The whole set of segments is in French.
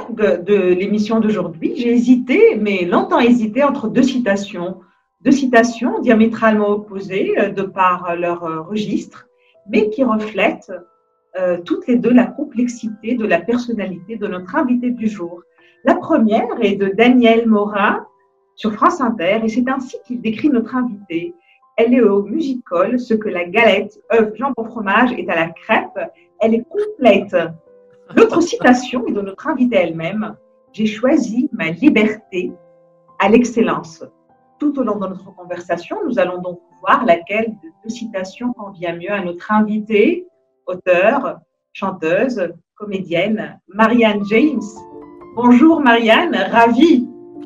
de l'émission d'aujourd'hui, j'ai hésité, mais longtemps hésité, entre deux citations diamétralement opposées de par leur registre, mais qui reflètent toutes les deux la complexité de la personnalité de notre invité du jour. La première est de Daniel Morin sur France Inter, et c'est ainsi qu'il décrit notre invitée. Elle est au music-hall, ce que la galette, œuf, jambon, fromage est à la crêpe. Elle est complète. L'autre citation est de notre invitée elle-même. J'ai choisi ma liberté à l'excellence. Tout au long de notre conversation, nous allons donc voir laquelle de deux citations convient mieux à notre invitée, auteure, chanteuse, comédienne, Marianne James. Bonjour Marianne, ravie.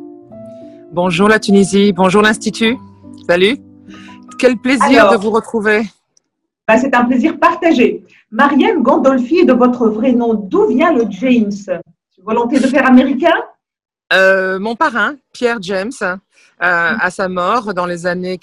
Bonjour la Tunisie, bonjour l'Institut. Salut. Quel plaisir de vous retrouver. C'est un plaisir partagé. Marianne Gandolfi est de votre vrai nom. D'où vient le James? Volonté de faire américain? Mon parrain, Pierre James, à sa mort dans les années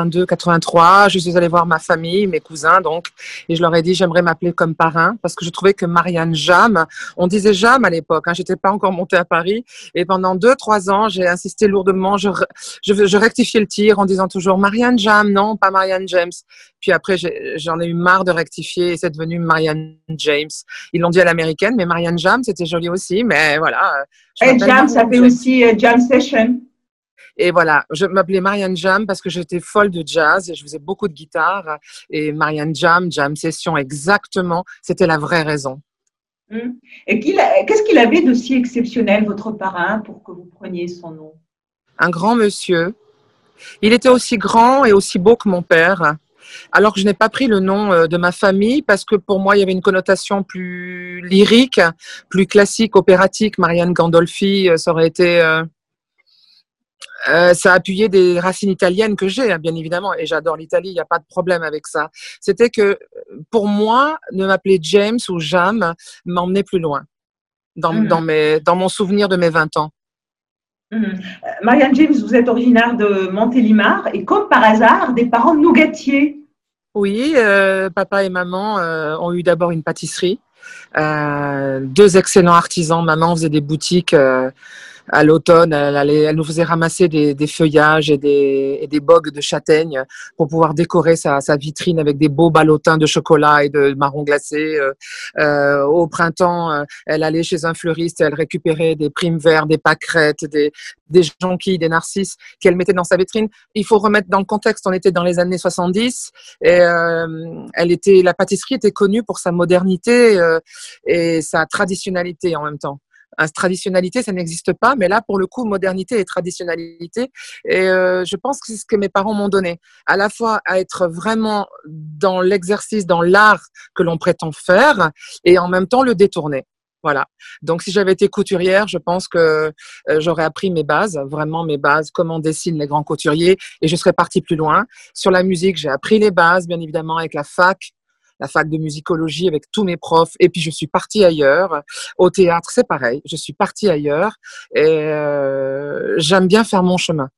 82-83, je suis allée voir ma famille, mes cousins donc, et je leur ai dit j'aimerais m'appeler comme parrain parce que je trouvais que Marianne Jam, on disait Jam à l'époque, j'étais pas encore montée à Paris, et pendant 2-3 ans j'ai insisté lourdement, je rectifiais le tir en disant toujours Marianne Jam, non pas Marianne James. Puis après j'en ai eu marre de rectifier et c'est devenu Marianne James. Ils l'ont dit à l'américaine, mais Marianne Jam c'était joli aussi, mais voilà. Et Jam, ça fait aussi Jam Session. Et voilà, je m'appelais Marianne Jam parce que j'étais folle de jazz et je faisais beaucoup de guitare. Et Marianne Jam, Jam Session, exactement, c'était la vraie raison. Et qu'est-ce qu'il avait de si exceptionnel, votre parrain, pour que vous preniez son nom? Un grand monsieur. Il était aussi grand et aussi beau que mon père. Alors que je n'ai pas pris le nom de ma famille parce que pour moi, il y avait une connotation plus lyrique, plus classique, opératique. Marianne Gandolfi, ça aurait été... ça appuyait des racines italiennes que j'ai, bien évidemment, et j'adore l'Italie, il n'y a pas de problème avec ça. C'était que, pour moi, de m'appeler James ou Jam m'emmenait plus loin dans mon souvenir de mes 20 ans. Marianne James, vous êtes originaire de Montélimar et comme par hasard, des parents nougatiers. Oui, papa et maman ont eu d'abord une pâtisserie. 2 excellents artisans. Maman faisait des boutiques à l'automne, elle nous faisait ramasser des feuillages et des bogues de châtaigne pour pouvoir décorer sa vitrine avec des beaux ballotins de chocolat et de marron glacé. Au printemps, elle allait chez un fleuriste et elle récupérait des primes verts, des pâquerettes, des jonquilles, des narcisses qu'elle mettait dans sa vitrine. Il faut remettre dans le contexte, on était dans les années 70 et la pâtisserie était connue pour sa modernité et sa traditionnalité en même temps. Traditionnalité, ça n'existe pas, mais là, pour le coup, modernité et traditionnalité. Et je pense que c'est ce que mes parents m'ont donné, à la fois à être vraiment dans l'exercice, dans l'art que l'on prétend faire, et en même temps le détourner. Voilà. Donc, si j'avais été couturière, je pense que j'aurais appris mes bases, vraiment mes bases, comment dessinent les grands couturiers, et je serais partie plus loin. Sur la musique, j'ai appris les bases, bien évidemment, avec la fac de musicologie avec tous mes profs. Et puis, je suis partie ailleurs. Au théâtre, c'est pareil. Je suis partie ailleurs et j'aime bien faire mon chemin.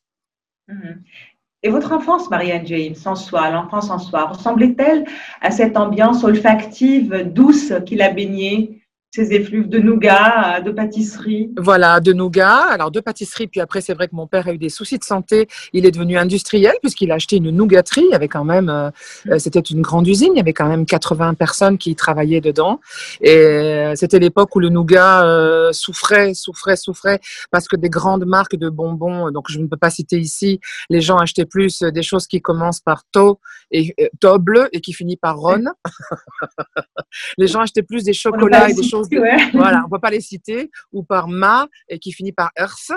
Et votre enfance, Marianne James, en soi, l'enfance en soi, ressemblait-elle à cette ambiance olfactive, douce qui l'a baignée? Ces effluves de nougat, de pâtisserie. Voilà, de nougat. Alors, de pâtisserie. Puis après, c'est vrai que mon père a eu des soucis de santé. Il est devenu industriel puisqu'il a acheté une nougaterie. Il y avait quand même, c'était une grande usine. Il y avait quand même 80 personnes qui travaillaient dedans. Et c'était l'époque où le nougat souffrait parce que des grandes marques de bonbons, donc je ne peux pas citer ici, les gens achetaient plus des choses qui commencent par Toble et qui finit par Ron. Les gens achetaient plus des chocolats et des choses. Voilà, on peut pas les citer, ou par Ma et qui finit par Earth.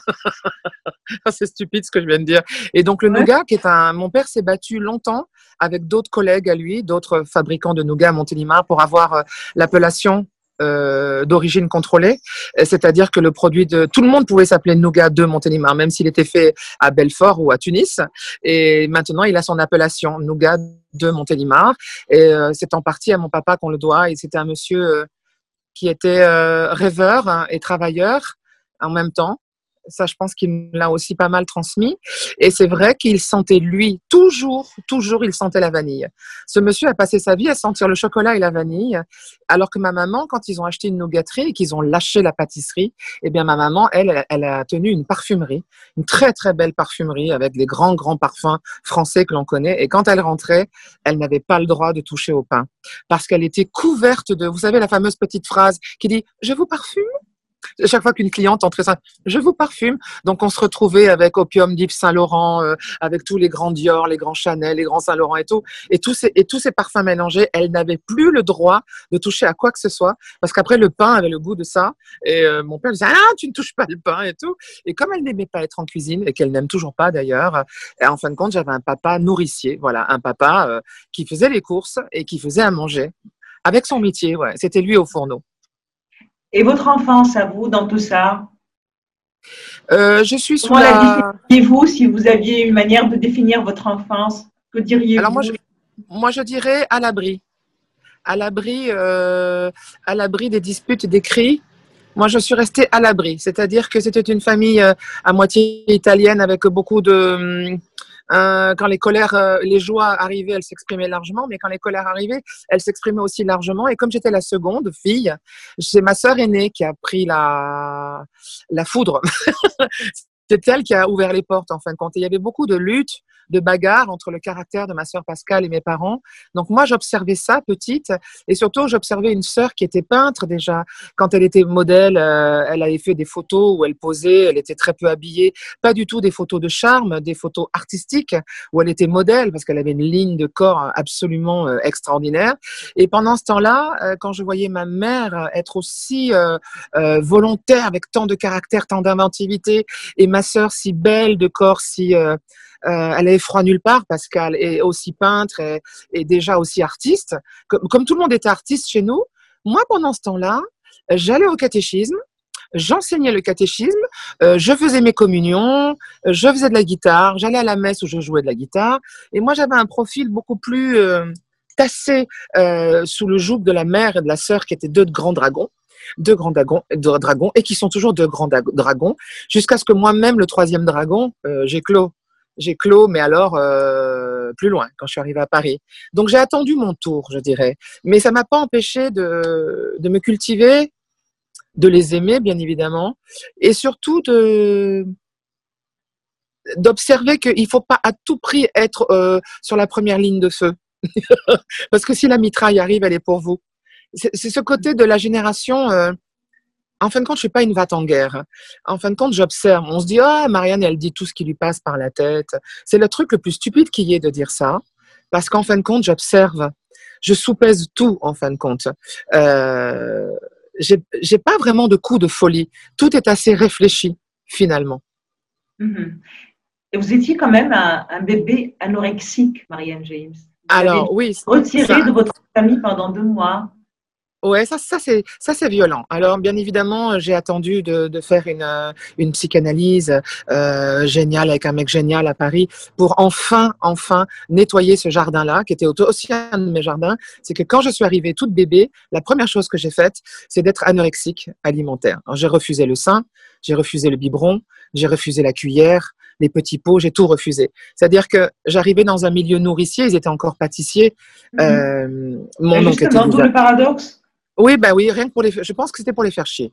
C'est stupide ce que je viens de dire. Et donc le nougat, mon père s'est battu longtemps avec d'autres collègues à lui, d'autres fabricants de nougat à Montélimar pour avoir l'appellation d'origine contrôlée, c'est-à-dire que le produit tout le monde pouvait s'appeler nougat de Montélimar, même s'il était fait à Belfort ou à Tunis. Et maintenant, il a son appellation nougat de Montélimar. Et c'est en partie à mon papa qu'on le doit. Et c'était un monsieur qui était rêveur et travailleur en même temps. Ça, je pense qu'il me l'a aussi pas mal transmis. Et c'est vrai qu'il sentait, lui, toujours, il sentait la vanille. Ce monsieur a passé sa vie à sentir le chocolat et la vanille, alors que ma maman, quand ils ont acheté une nougaterie et qu'ils ont lâché la pâtisserie, eh bien, ma maman, elle a tenu une parfumerie, une très, très belle parfumerie avec des grands, grands parfums français que l'on connaît. Et quand elle rentrait, elle n'avait pas le droit de toucher au pain parce qu'elle était couverte de, vous savez, la fameuse petite phrase qui dit « Je vous parfume ?» Chaque fois qu'une cliente entrait, ça, je vous parfume. Donc, on se retrouvait avec Opium d'Yves Saint Laurent, avec tous les grands Dior, les grands Chanel, les grands Saint Laurent et tout. Et tous ces parfums mélangés, elle n'avait plus le droit de toucher à quoi que ce soit. Parce qu'après, le pain avait le goût de ça. Et mon père disait, ah, tu ne touches pas le pain et tout. Et comme elle n'aimait pas être en cuisine, et qu'elle n'aime toujours pas d'ailleurs, en fin de compte, j'avais un papa nourricier. Voilà, un papa qui faisait les courses et qui faisait à manger. Avec son métier, ouais. C'était lui au fourneau. Et votre enfance, à vous, dans tout ça? Je suis sous Comment la la... définiriez-vous si vous aviez une manière de définir votre enfance? Que Alors diriez-vous? moi, je dirais à l'abri des disputes, des cris. Moi, je suis restée à l'abri. C'est-à-dire que c'était une famille à moitié italienne avec beaucoup de... quand les colères, les joies arrivaient, elles s'exprimaient largement, mais quand les colères arrivaient, elles s'exprimaient aussi largement. Et comme j'étais la seconde fille, c'est ma sœur aînée qui a pris la foudre. C'est elle qui a ouvert les portes, en fin de compte. Et il y avait beaucoup de luttes, de bagarres entre le caractère de ma sœur Pascale et mes parents. Donc moi, j'observais ça petite. Et surtout, j'observais une sœur qui était peintre déjà. Quand elle était modèle, elle avait fait des photos où elle posait, elle était très peu habillée. Pas du tout des photos de charme, des photos artistiques où elle était modèle parce qu'elle avait une ligne de corps absolument extraordinaire. Et pendant ce temps-là, quand je voyais ma mère être aussi volontaire, avec tant de caractère, tant d'inventivité, et ma sœur si belle de corps, si elle avait froid nulle part, Pascal, et aussi peintre et déjà aussi artiste. Comme tout le monde était artiste chez nous, moi pendant ce temps-là, j'allais au catéchisme, j'enseignais le catéchisme, je faisais mes communions, je faisais de la guitare, j'allais à la messe où je jouais de la guitare, et moi j'avais un profil beaucoup plus tassé sous le joug de la mère et de la sœur qui étaient deux grands dragons, et qui sont toujours deux grands dragons, jusqu'à ce que moi-même, le troisième dragon, j'ai clos. J'ai clos, mais alors plus loin, quand je suis arrivée à Paris. Donc j'ai attendu mon tour, je dirais. Mais ça m'a pas empêché de me cultiver, de les aimer, bien évidemment, et surtout d'observer qu'il faut pas à tout prix être sur la première ligne de feu. Parce que si la mitraille arrive, elle est pour vous. C'est ce côté de la génération. En fin de compte, je suis pas une vate en guerre. En fin de compte, j'observe. On se dit, ah, Marianne, elle dit tout ce qui lui passe par la tête. C'est le truc le plus stupide qu'il y ait de dire ça. Parce qu'en fin de compte, j'observe. Je soupèse tout, en fin de compte. J'ai pas vraiment de coup de folie. Tout est assez réfléchi, finalement. Mhm. Et vous étiez quand même un bébé anorexique, Marianne James. Vous avez Alors, été oui, retirée ça, de votre famille pendant 2 mois. ouais, ça c'est violent. Alors bien évidemment, j'ai attendu de faire une psychanalyse géniale avec un mec génial à Paris pour enfin nettoyer ce jardin-là qui était aussi un de mes jardins. C'est que quand je suis arrivée toute bébé, la première chose que j'ai faite, c'est d'être anorexique alimentaire. Alors, j'ai refusé le sein, j'ai refusé le biberon, j'ai refusé la cuillère, les petits pots, j'ai tout refusé. C'est-à-dire que j'arrivais dans un milieu nourricier, ils étaient encore pâtissiers. Mhm. Mon oncle était Justement, d'où déjà... le paradoxe. Oui, bah oui, rien que pour je pense que c'était pour les faire chier.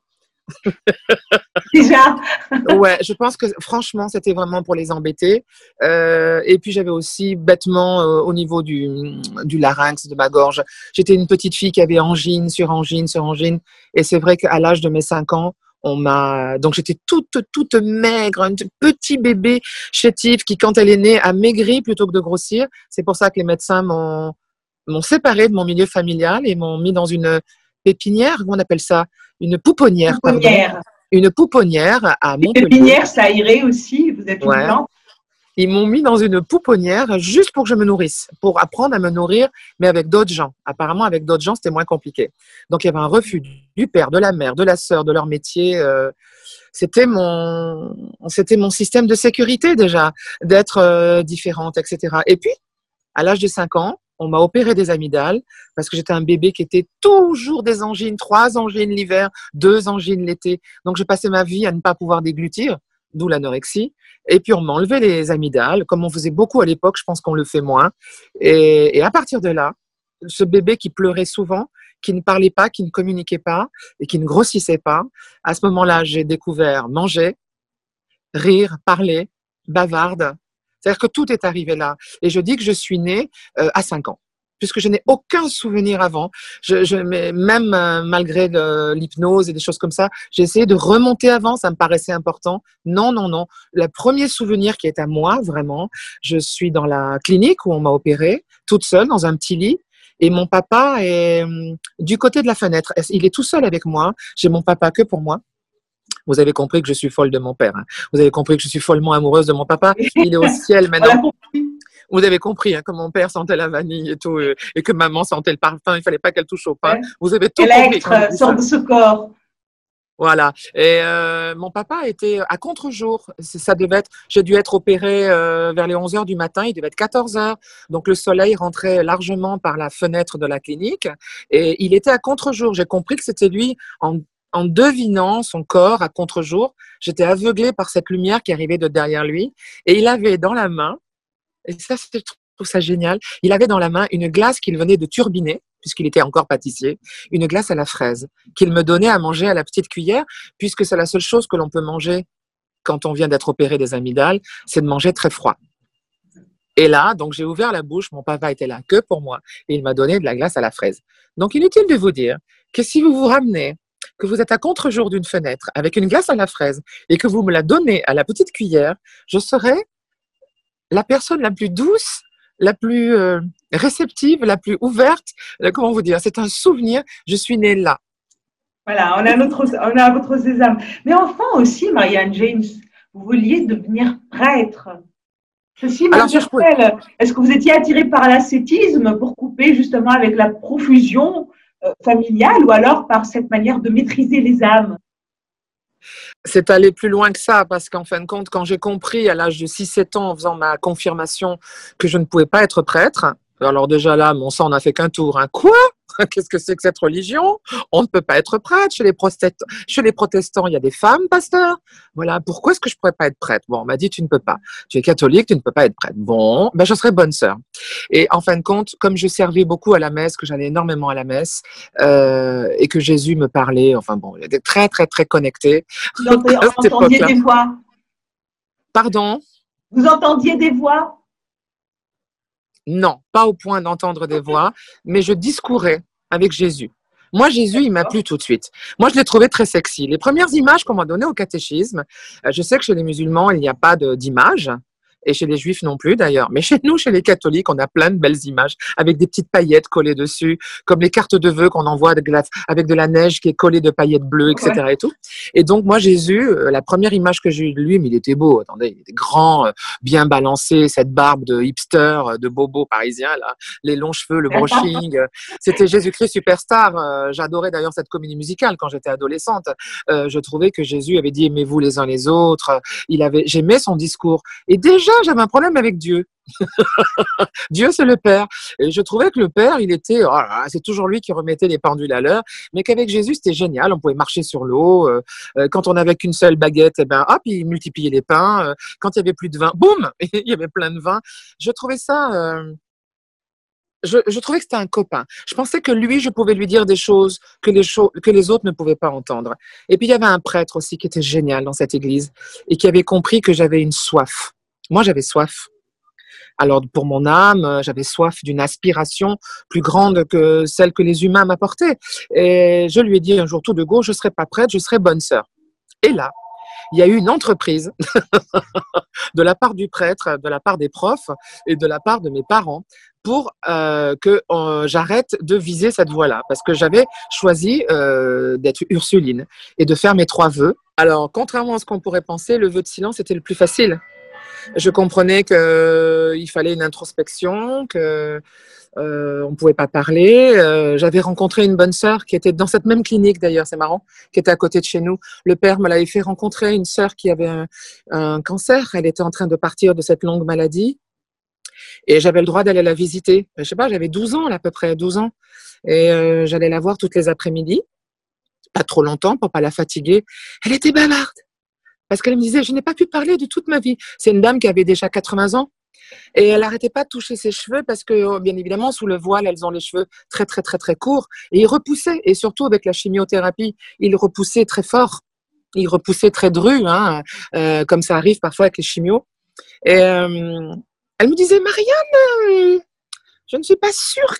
Déjà. Ouais, je pense que franchement, c'était vraiment pour les embêter. Et puis j'avais aussi bêtement au niveau du larynx, de ma gorge. J'étais une petite fille qui avait angine sur angine sur angine. Et c'est vrai qu'à l'âge de mes 5 ans, donc j'étais toute maigre, un petit bébé chétif qui, quand elle est née, a maigri plutôt que de grossir. C'est pour ça que les médecins m'ont séparée de mon milieu familial et m'ont mis dans une pépinière, comment on appelle ça? Une pouponnière, pardon. Pouponnière. Une pouponnière à Les Montpellier. pépinières, ça irait aussi. Vous êtes une Ouais. plante. Ils m'ont mis dans une pouponnière juste pour que je me nourrisse, pour apprendre à me nourrir, mais avec d'autres gens. Apparemment, avec d'autres gens, c'était moins compliqué. Donc, il y avait un refus du père, de la mère, de la sœur, de leur métier. C'était mon système de sécurité déjà, d'être différente, etc. Et puis, à l'âge de 5 ans, on m'a opéré des amygdales parce que j'étais un bébé qui était toujours des angines, 3 angines l'hiver, 2 angines l'été. Donc, je passais ma vie à ne pas pouvoir déglutir. d'où l'anorexie. Et puis on m'a enlevé les amygdales, comme on faisait beaucoup à l'époque, je pense qu'on le fait moins. Et à partir de là, ce bébé qui pleurait souvent, qui ne parlait pas, qui ne communiquait pas et qui ne grossissait pas, à ce moment-là, j'ai découvert manger, rire, parler, bavarde. C'est-à-dire que tout est arrivé là. Et je dis que je suis née à 5 ans, puisque je n'ai aucun souvenir avant. Même malgré l'hypnose et des choses comme ça, j'ai essayé de remonter avant, ça me paraissait important. Non, non, non. Le premier souvenir qui est à moi, vraiment, je suis dans la clinique où on m'a opérée, toute seule, dans un petit lit. Et mon papa est du côté de la fenêtre. Il est tout seul avec moi. J'ai mon papa que pour moi. Vous avez compris que je suis folle de mon père. Hein. Vous avez compris que je suis follement amoureuse de mon papa. Il est au ciel maintenant. Vous avez compris hein, que mon père sentait la vanille et tout, et que maman sentait le parfum. Il fallait pas qu'elle touche au pain. Ouais. Vous avez tout compris. Sort de ce corps. Voilà. Et mon papa était à contre-jour. Ça devait être. J'ai dû être opérée vers les 11h du matin. Il devait être 14h. Donc le soleil rentrait largement par la fenêtre de la clinique. Et il était à contre-jour. J'ai compris que c'était lui en devinant son corps à contre-jour. J'étais aveuglée par cette lumière qui arrivait de derrière lui. Et il avait dans la main, et ça, je trouve ça génial, il avait dans la main une glace qu'il venait de turbiner, puisqu'il était encore pâtissier, une glace à la fraise, qu'il me donnait à manger à la petite cuillère, puisque c'est la seule chose que l'on peut manger quand on vient d'être opéré des amygdales, c'est de manger très froid. Et là, donc j'ai ouvert la bouche, mon papa était là que pour moi, et il m'a donné de la glace à la fraise. Donc inutile de vous dire que si vous vous ramenez, que vous êtes à contre-jour d'une fenêtre avec une glace à la fraise et que vous me la donnez à la petite cuillère, je serai la personne la plus douce, la plus réceptive, la plus ouverte. Comment vous dire? C'est un souvenir. Je suis née là. Voilà, on a votre sésame. Mais enfant aussi, Marianne James, vous vouliez devenir prêtre. Ceci m'interpelle. Est-ce que vous étiez attirée par l'ascétisme pour couper justement avec la profusion familiale ou alors par cette manière de maîtriser les âmes? C'est allé plus loin que ça parce qu'en fin de compte, quand j'ai compris à l'âge de 6-7 ans en faisant ma confirmation que je ne pouvais pas être prêtre, alors déjà là, mon sang n'a fait qu'un tour. Hein. Quoi? Qu'est-ce que c'est que cette religion? On ne peut pas être prêtre. Chez les protestants, il y a des femmes pasteurs. Voilà. Pourquoi est-ce que je ne pourrais pas être prêtre? Bon, on m'a dit, tu ne peux pas. Tu es catholique, tu ne peux pas être prêtre. Bon, ben, je serai bonne sœur. Et en fin de compte, comme je servais beaucoup à la messe, que j'allais énormément à la messe, et que Jésus me parlait, enfin bon, il était très, très, très connecté. Vous entendiez des voix? Pardon? Vous entendiez des voix? Non, pas au point d'entendre des voix, mais je discourais avec Jésus. Moi, Jésus, il m'a plu tout de suite. Moi, je l'ai trouvé très sexy. Les premières images qu'on m'a données au catéchisme, je sais que chez les musulmans, il n'y a pas d'images, et chez les juifs non plus d'ailleurs. Mais chez nous, chez les catholiques, on a plein de belles images avec des petites paillettes collées dessus, comme les cartes de vœux qu'on envoie avec de la neige qui est collée de paillettes bleues, etc. Ouais. Et tout. Et donc, moi, Jésus, la première image que j'ai eue de lui, mais il était beau. Attendez, il était grand, bien balancé, cette barbe de hipster, de bobo parisien, là, les longs cheveux, le brushing. C'était Jésus-Christ superstar. J'adorais d'ailleurs cette comédie musicale quand j'étais adolescente. Je trouvais que Jésus avait dit aimez-vous les uns les autres. J'aimais son discours. Et déjà, j'avais un problème avec Dieu. Dieu, c'est le Père. Et je trouvais que le Père, il était, oh là, c'est toujours lui qui remettait les pendules à l'heure, mais qu'avec Jésus, c'était génial. On pouvait marcher sur l'eau. Quand on n'avait qu'une seule baguette, eh ben, hop, il multipliait les pains. Quand il y avait plus de vin, boum, il y avait plein de vin. Je trouvais ça. Je trouvais que c'était un copain. Je pensais que lui, je pouvais lui dire des choses que les autres ne pouvaient pas entendre. Et puis, il y avait un prêtre aussi qui était génial dans cette église et qui avait compris que j'avais une soif. Moi, j'avais soif. Alors, pour mon âme, j'avais soif d'une aspiration plus grande que celle que les humains m'apportaient. Et je lui ai dit un jour tout de go, je ne serai pas prête, je serai bonne sœur. Et là, il y a eu une entreprise de la part du prêtre, de la part des profs et de la part de mes parents pour que j'arrête de viser cette voie-là. Parce que j'avais choisi d'être Ursuline et de faire mes 3 vœux. Alors, contrairement à ce qu'on pourrait penser, le vœu de silence était le plus facile. Je comprenais qu'il fallait une introspection, que on ne pouvait pas parler. J'avais rencontré une bonne sœur qui était dans cette même clinique d'ailleurs, c'est marrant, qui était à côté de chez nous. Le père me l'avait fait rencontrer, une sœur qui avait un cancer. Elle était en train de partir de cette longue maladie. Et j'avais le droit d'aller la visiter. Je sais pas, j'avais 12 ans, là, à peu près 12 ans. Et j'allais la voir toutes les après-midi. Pas trop longtemps pour pas la fatiguer. Elle était bavarde. Parce qu'elle me disait, je n'ai pas pu parler de toute ma vie. C'est une dame qui avait déjà 80 ans et elle n'arrêtait pas de toucher ses cheveux parce que, bien évidemment, sous le voile, elles ont les cheveux très, très, très, très courts et ils repoussaient. Et surtout avec la chimiothérapie, ils repoussaient très fort. Ils repoussaient très dru, hein, comme ça arrive parfois avec les chimios. Et elle me disait, Marianne, je ne suis pas sûre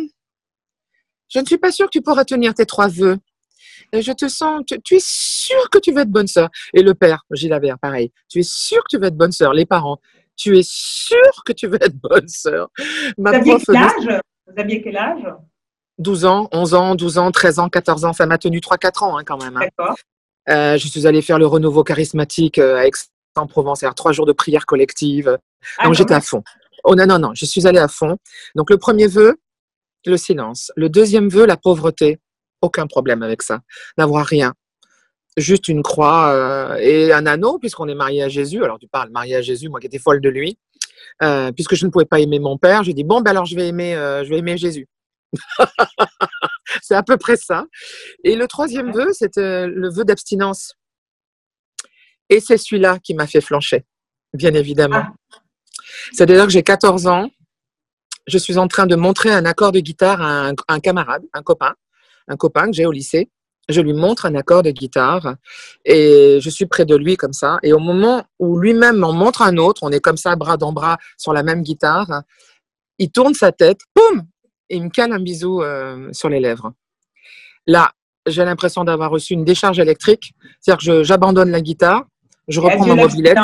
que tu pourras tenir tes 3 vœux. Je te sens, tu es sûre que tu vas être bonne sœur. Et le père, Gilles Avert, pareil. Tu es sûre que tu vas être bonne sœur. Les parents, tu es sûre que tu vas être bonne sœur. Vous aviez quel âge? Vous aviez quel âge? 12 ans, 11 ans, 12 ans, 13 ans, 14 ans. Ça m'a tenu 3-4 ans hein, quand même. Hein. D'accord. Je suis allée faire le renouveau charismatique à Aix-en-Provence. C'est-à-dire 3 jours de prière collective. Donc j'étais à fond. Oh non, non, non, je suis allée à fond. Donc le premier vœu, le silence. Le deuxième vœu, la pauvreté. Aucun problème avec ça. N'avoir rien. Juste une croix et un anneau, puisqu'on est marié à Jésus. Alors tu parles marié à Jésus, moi qui étais folle de lui. Puisque je ne pouvais pas aimer mon père, j'ai dit bon, ben alors je vais aimer Jésus. C'est à peu près ça. Et le troisième vœu, c'était le vœu d'abstinence. Et c'est celui-là qui m'a fait flancher, bien évidemment. C'est-à-dire que j'ai 14 ans, je suis en train de montrer un accord de guitare à un camarade, un copain que j'ai au lycée. Je lui montre un accord de guitare et je suis près de lui comme ça. Et au moment où lui-même m'en montre un autre, on est comme ça, bras dans bras, sur la même guitare, il tourne sa tête, boum, et il me cale un bisou sur les lèvres. Là, j'ai l'impression d'avoir reçu une décharge électrique. C'est-à-dire que j'abandonne la guitare, je reprends ma mobilette,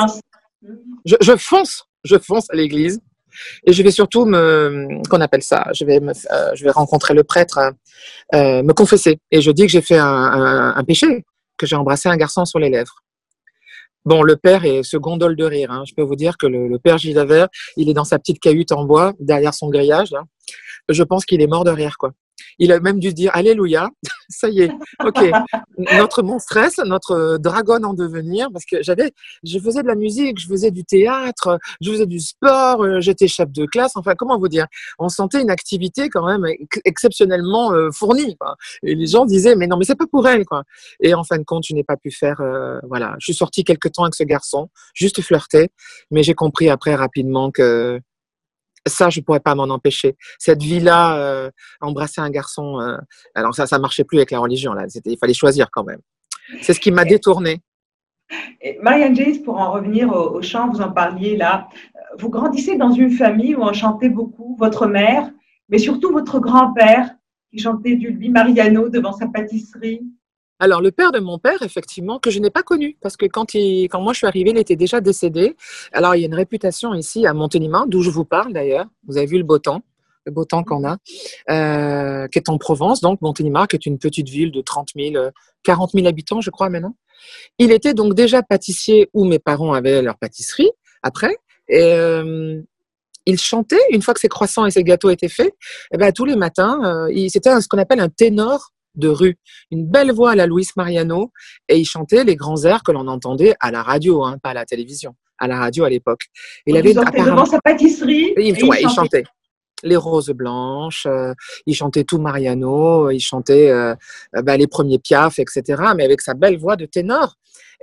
je fonce à l'église. Et je vais surtout qu'on appelle ça, je vais rencontrer le prêtre, me confesser. Et je dis que j'ai fait un péché, que j'ai embrassé un garçon sur les lèvres. Bon, le père se gondole de rire. Hein. Je peux vous dire que le père Gilles Avert, il est dans sa petite cahute en bois, derrière son grillage. Là. Je pense qu'il est mort de rire, quoi. Il a même dû se dire Alléluia, ça y est, ok, notre monstresse, notre dragonne en devenir, parce que je faisais de la musique, je faisais du théâtre, je faisais du sport, j'étais chef de classe, enfin, comment vous dire, on sentait une activité quand même exceptionnellement fournie, quoi. Et les gens disaient, mais non, mais c'est pas pour elle, quoi. Et en fin de compte, je n'ai pas pu faire, voilà, je suis sortie quelque temps avec ce garçon, juste flirter, mais j'ai compris après rapidement que ça, je pourrais pas m'en empêcher. Cette vie-là, embrasser un garçon, alors ça marchait plus avec la religion là. Il fallait choisir quand même. C'est ce qui m'a détournée. Marianne Jays, pour en revenir au chant, vous en parliez là. Vous grandissez dans une famille où on chantait beaucoup. Votre mère, mais surtout votre grand-père, qui chantait du Luis Mariano devant sa pâtisserie. Alors, le père de mon père, effectivement, que je n'ai pas connu, parce que quand moi je suis arrivée, il était déjà décédé. Alors, il y a une réputation ici à Montélimar, d'où je vous parle d'ailleurs. Vous avez vu le beau temps qu'on a, qui est en Provence, donc Montélimar, qui est une petite ville de 30 000, 40 000 habitants, je crois maintenant. Il était donc déjà pâtissier où mes parents avaient leur pâtisserie, après. Et il chantait, une fois que ses croissants et ses gâteaux étaient faits, et ben, tous les matins, c'était ce qu'on appelle un ténor de rue, une belle voix à la Luis Mariano, et il chantait les grands airs que l'on entendait à la radio, hein, pas à la télévision, à la radio à l'époque. Il avait devant sa pâtisserie. Il chantait les roses blanches, il chantait tout Mariano, il chantait les premiers Piaf, etc., mais avec sa belle voix de ténor.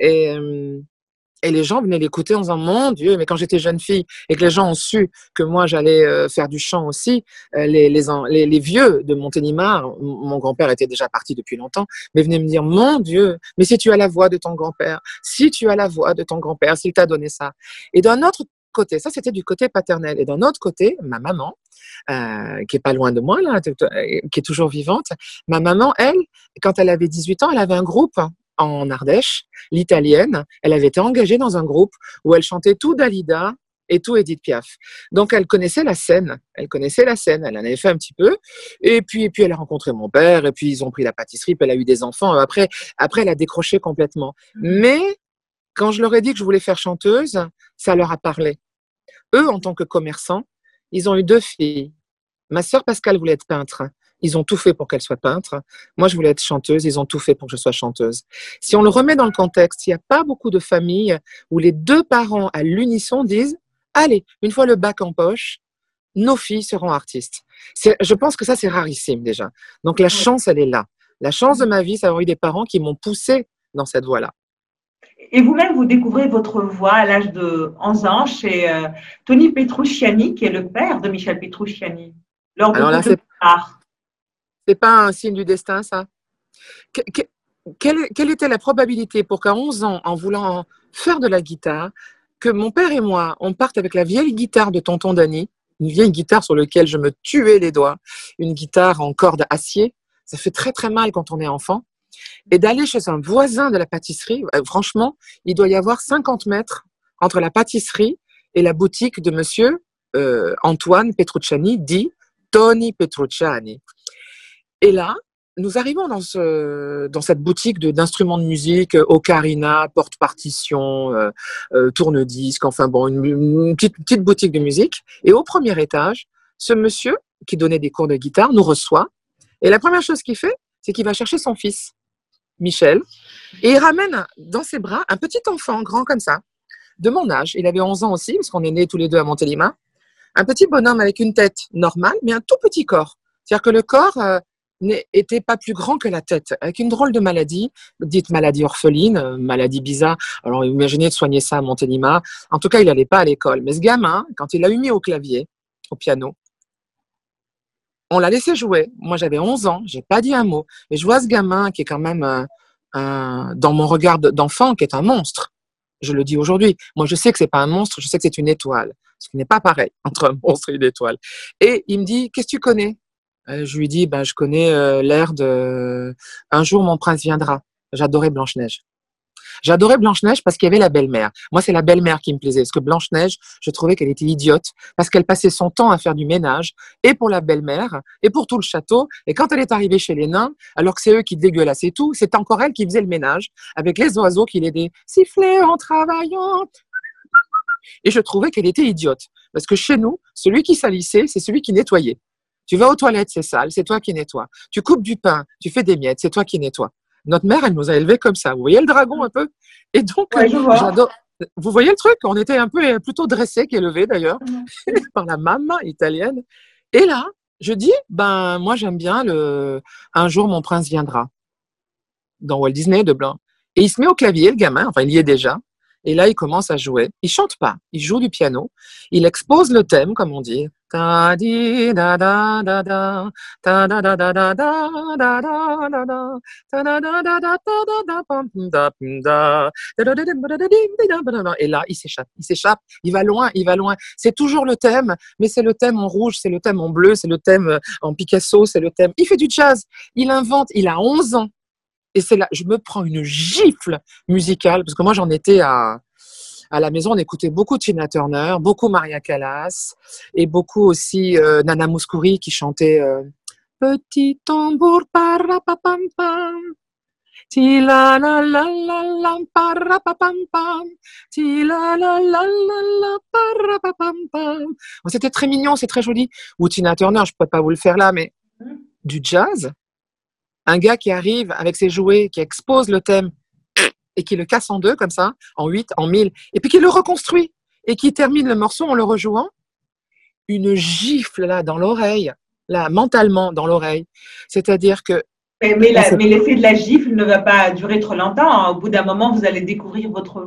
Et les gens venaient l'écouter en disant, mon Dieu, mais quand j'étais jeune fille et que les gens ont su que moi j'allais faire du chant aussi, les vieux de Montélimar, mon grand-père était déjà parti depuis longtemps, mais venaient me dire, mon Dieu, mais si tu as la voix de ton grand-père, si tu as la voix de ton grand-père, s'il t'a donné ça. Et d'un autre côté, ça c'était du côté paternel, et d'un autre côté, ma maman, qui est pas loin de moi là, qui est toujours vivante, ma maman, elle, quand elle avait 18 ans, elle avait un groupe en Ardèche, l'italienne, elle avait été engagée dans un groupe où elle chantait tout Dalida et tout Edith Piaf. Donc elle connaissait la scène, elle en avait fait un petit peu, et puis elle a rencontré mon père, et puis ils ont pris la pâtisserie, puis elle a eu des enfants, après elle a décroché complètement. Mais quand je leur ai dit que je voulais faire chanteuse, ça leur a parlé. Eux, en tant que commerçants, ils ont eu 2 filles. Ma sœur Pascale voulait être peintre. Ils ont tout fait pour qu'elle soit peintre. Moi, je voulais être chanteuse. Ils ont tout fait pour que je sois chanteuse. Si on le remet dans le contexte, il n'y a pas beaucoup de familles où les 2 parents à l'unisson disent « Allez, une fois le bac en poche, nos filles seront artistes. » Je pense que ça, c'est rarissime déjà. Donc, la chance, elle est là. La chance de ma vie, c'est d'avoir eu des parents qui m'ont poussée dans cette voie-là. Et vous-même, vous découvrez votre voix à l'âge de 11 ans chez Tony Petrucciani, qui est le père de Michel Petrucciani, lors de Alors là, cours de guitare. c'est pas un signe du destin, ça. Que- que- quelle était la probabilité pour qu'à 11 ans, en voulant faire de la guitare, que mon père et moi, on parte avec la vieille guitare de tonton Danny, une vieille guitare sur laquelle je me tuais les doigts, une guitare en corde acier, ça fait très très mal quand on est enfant, et d'aller chez un voisin de la pâtisserie, franchement, il doit y avoir 50 mètres entre la pâtisserie et la boutique de monsieur Antoine Petrucciani, dit Tony Petrucciani. Et là, nous arrivons dans cette boutique d'instruments de musique, ocarina, porte-partition, tourne-disque, enfin bon, une petite boutique de musique. Et au premier étage, ce monsieur qui donnait des cours de guitare nous reçoit. Et la première chose qu'il fait, c'est qu'il va chercher son fils, Michel, et il ramène dans ses bras un petit enfant grand comme ça, de mon âge. Il avait 11 ans aussi, parce qu'on est nés tous les deux à Montélimar. Un petit bonhomme avec une tête normale, mais un tout petit corps. C'est-à-dire que le corps n'était pas plus grand que la tête, avec une drôle de maladie, dite maladie orpheline, maladie bizarre. Alors imaginez de soigner ça à Montélimar. En tout cas, il n'allait pas à l'école. Mais ce gamin, quand il l'a eu mis au clavier, au piano, on l'a laissé jouer. Moi, j'avais 11 ans, j'ai pas dit un mot. Et je vois ce gamin qui est quand même, dans mon regard d'enfant, qui est un monstre. Je le dis aujourd'hui. Moi, je sais que c'est pas un monstre, je sais que c'est une étoile. Ce qui n'est pas pareil entre un monstre et une étoile. Et il me dit, qu'est-ce que tu connais? Je lui dis, ben, je connais l'air de Un jour, mon prince viendra. J'adorais Blanche-Neige. J'adorais Blanche-Neige parce qu'il y avait la belle-mère. Moi, c'est la belle-mère qui me plaisait. Parce que Blanche-Neige, je trouvais qu'elle était idiote parce qu'elle passait son temps à faire du ménage et pour la belle-mère et pour tout le château. Et quand elle est arrivée chez les nains, alors que c'est eux qui dégueulassaient tout, c'est encore elle qui faisait le ménage avec les oiseaux qui l'aidaient. Siffler en travaillant. Et je trouvais qu'elle était idiote. Parce que chez nous, celui qui salissait, c'est celui qui nettoyait. Tu vas aux toilettes, c'est sale, c'est toi qui nettoies. Tu coupes du pain, tu fais des miettes, c'est toi qui nettoies. Notre mère, elle nous a élevés comme ça. Vous voyez le dragon un peu? Et donc, Ouais, je vois. j'adore. Vous voyez le truc? On était un peu plutôt dressés qu'élevés d'ailleurs par la maman italienne. Et là, je dis, ben moi j'aime bien le Un jour mon prince viendra dans Walt Disney de Blanc. Et il se met au clavier, le gamin, enfin il y est déjà. Et là, il commence à jouer. Il chante pas, il joue du piano. Il expose le thème, comme on dit. Ta di da da da da, ta da da da da da da da da da, ta da da da da da da pam da pam da, ta da da da da da da da. Et là, il s'échappe, il va loin, il va loin. C'est toujours le thème, mais c'est le thème en rouge, c'est le thème en bleu, c'est le thème en Picasso, c'est le thème. Il fait du jazz, il invente, il a 11 ans. Et c'est là, je me prends une gifle musicale, parce que moi, j'en étais à la maison, on écoutait beaucoup Tina Turner, beaucoup Maria Callas, et beaucoup aussi Nana Mouskouri qui chantait Petit tambour parapapam pam, ti la la la la la parapapam pam, ti la la la la la parapapam pam. Bon, c'était très mignon, c'est très joli. Ou Tina Turner, je ne peux pas vous le faire là, mais du jazz, un gars qui arrive avec ses jouets, qui expose le thème et qui le casse en deux comme ça, en 8, en 1000, et puis qui le reconstruit et qui termine le morceau en le rejouant, une gifle là dans l'oreille, là mentalement dans l'oreille. C'est-à-dire que Mais l'effet de la gifle ne va pas durer trop longtemps. Au bout d'un moment, vous allez découvrir votre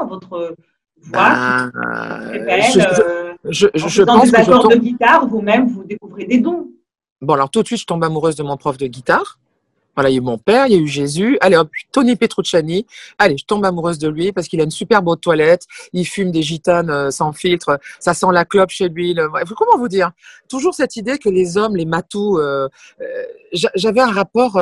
voix qui ben, est très belle. En je faisant pense des que je accords de tombe. guitare, vous-même, vous découvrez des dons. Bon, alors tout de suite, je tombe amoureuse de mon prof de guitare. Voilà, il y a eu mon père, il y a eu Jésus. Allez hop, Tony Petrucciani. Allez, je tombe amoureuse de lui parce qu'il a une superbe eau de toilette. Il fume des gitanes sans filtre. Ça sent la clope chez lui. Comment vous dire? Toujours cette idée que les hommes, les matous. J'avais un rapport.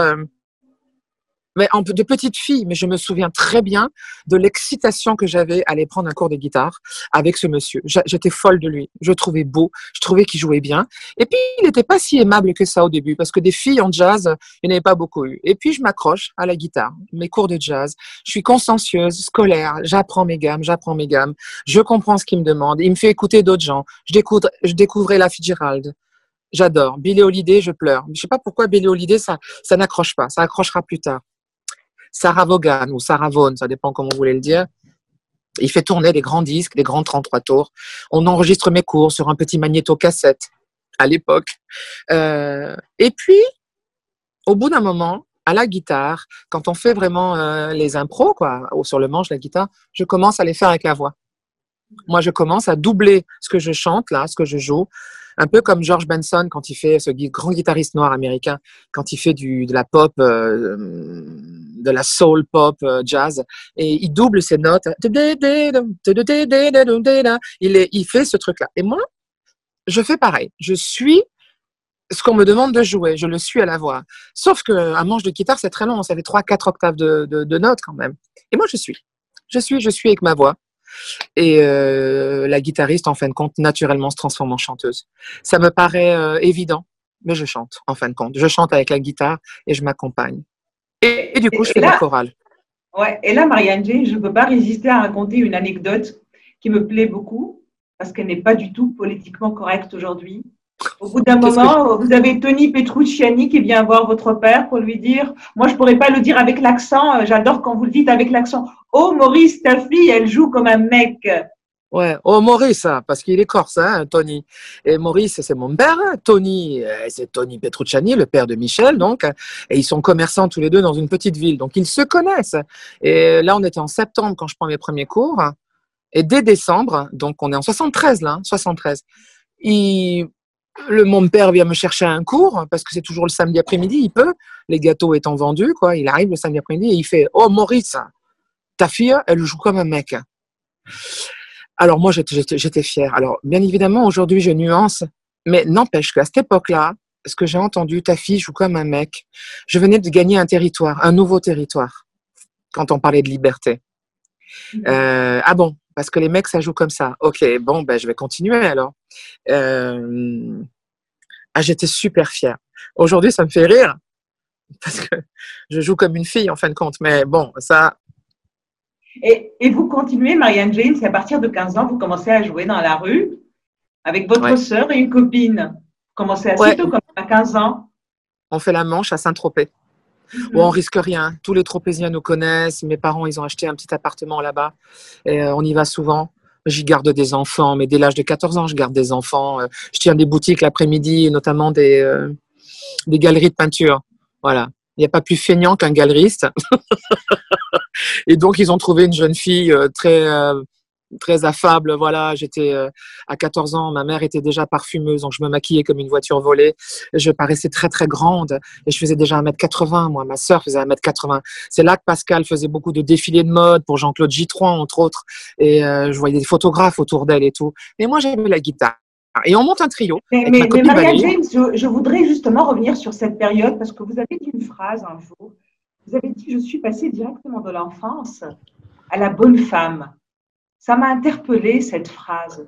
Mais de petite fille, mais je me souviens très bien de l'excitation que j'avais à aller prendre un cours de guitare avec ce monsieur. J'étais folle de lui. Je le trouvais beau, je trouvais qu'il jouait bien. Et puis, il n'était pas si aimable que ça au début, parce que des filles en jazz, il n'y en avait pas beaucoup eu. Et puis, je m'accroche à la guitare, mes cours de jazz. Je suis consciencieuse, scolaire, j'apprends mes gammes. Je comprends ce qu'il me demande. Il me fait écouter d'autres gens. Je découvrais la Fitzgerald. J'adore. Billie Holiday, je pleure. Je sais pas pourquoi Billie Holiday, ça n'accroche pas. Ça accrochera plus tard. Sarah Vaughan ou Sarah Vaughan, ça dépend comment vous voulez le dire. Il fait tourner des grands disques, des grands 33 tours. On enregistre mes cours sur un petit magnéto-cassette à l'époque. Et puis, au bout d'un moment, à la guitare, quand on fait vraiment les impros, quoi, ou sur le manche de la guitare, je commence à les faire avec la voix. Moi, je commence à doubler ce que je chante, là, ce que je joue. Un peu comme George Benson, quand il fait, ce grand guitariste noir américain, quand il fait de la pop, de la soul pop, jazz, et il double ses notes. Il fait ce truc-là. Et moi, je fais pareil. Je suis ce qu'on me demande de jouer. Je le suis à la voix. Sauf qu'un manche de guitare, c'est très long. Ça fait 3-4 octaves de notes quand même. Et moi, je suis. Je suis avec ma voix. Et la guitariste, en fin de compte, naturellement se transforme en chanteuse. Ça me paraît évident, mais je chante, en fin de compte. Je chante avec la guitare et je m'accompagne. Et du coup, je fais de la chorale. Ouais, et là, Marianne-Jane, je ne peux pas résister à raconter une anecdote qui me plaît beaucoup, parce qu'elle n'est pas du tout politiquement correcte aujourd'hui. Au bout d'un moment, vous avez Tony Petrucciani qui vient voir votre père pour lui dire, moi je pourrais pas le dire avec l'accent, j'adore quand vous le dites avec l'accent. Oh Maurice, ta fille, elle joue comme un mec. Ouais, oh Maurice, parce qu'il est corse, hein, Tony. Et Maurice, c'est mon père. Tony, c'est Tony Petrucciani, le père de Michel, donc. Et ils sont commerçants tous les deux dans une petite ville, donc ils se connaissent. Et là, on était en septembre quand je prends mes premiers cours. Et dès décembre, donc on est en 73 là, 73. Mon père vient me chercher à un cours, parce que c'est toujours le samedi après-midi, il peut, les gâteaux étant vendus, quoi. Il arrive le samedi après-midi et il fait, oh Maurice, ta fille, elle joue comme un mec. Alors moi, j'étais fière. Alors, bien évidemment, aujourd'hui, je nuance, mais n'empêche qu'à cette époque-là, ce que j'ai entendu, ta fille joue comme un mec, je venais de gagner un territoire, un nouveau territoire, quand on parlait de liberté. Ah bon, parce que les mecs, ça joue comme ça. Ok, bon, ben, je vais continuer alors. J'étais super fière. Aujourd'hui, ça me fait rire, parce que je joue comme une fille, en fin de compte. Mais bon, ça... Et vous continuez, Marianne-Jane, c'est à partir de 15 ans, vous commencez à jouer dans la rue avec votre sœur et une copine. Vous commencez assez tôt, comme à 15 ans. On fait la Manche à Saint-Tropez. Où on risque rien. Tous les Tropéziens nous connaissent. Mes parents, ils ont acheté un petit appartement là-bas. Et on y va souvent. J'y garde des enfants, mais dès l'âge de 14 ans, je garde des enfants. Je tiens des boutiques l'après-midi, notamment des galeries de peinture. Voilà. Il n'y a pas plus feignant qu'un galeriste. Et donc, ils ont trouvé une jeune fille très affable. Voilà, j'étais à 14 ans, ma mère était déjà parfumeuse, donc je me maquillais comme une voiture volée. Je paraissais très, très grande et je faisais déjà 1m80. Moi, ma sœur faisait 1m80. C'est là que Pascal faisait beaucoup de défilés de mode pour Jean-Claude Gitroin, entre autres. Et je voyais des photographes autour d'elle et tout. Et moi, j'aimais la guitare. Et on monte un trio. Mais Marianne-Jane, je voudrais justement revenir sur cette période parce que vous avez dit une phrase un jour. Vous avez dit, je suis passée directement de l'enfance à la bonne femme. Ça m'a interpellée, cette phrase.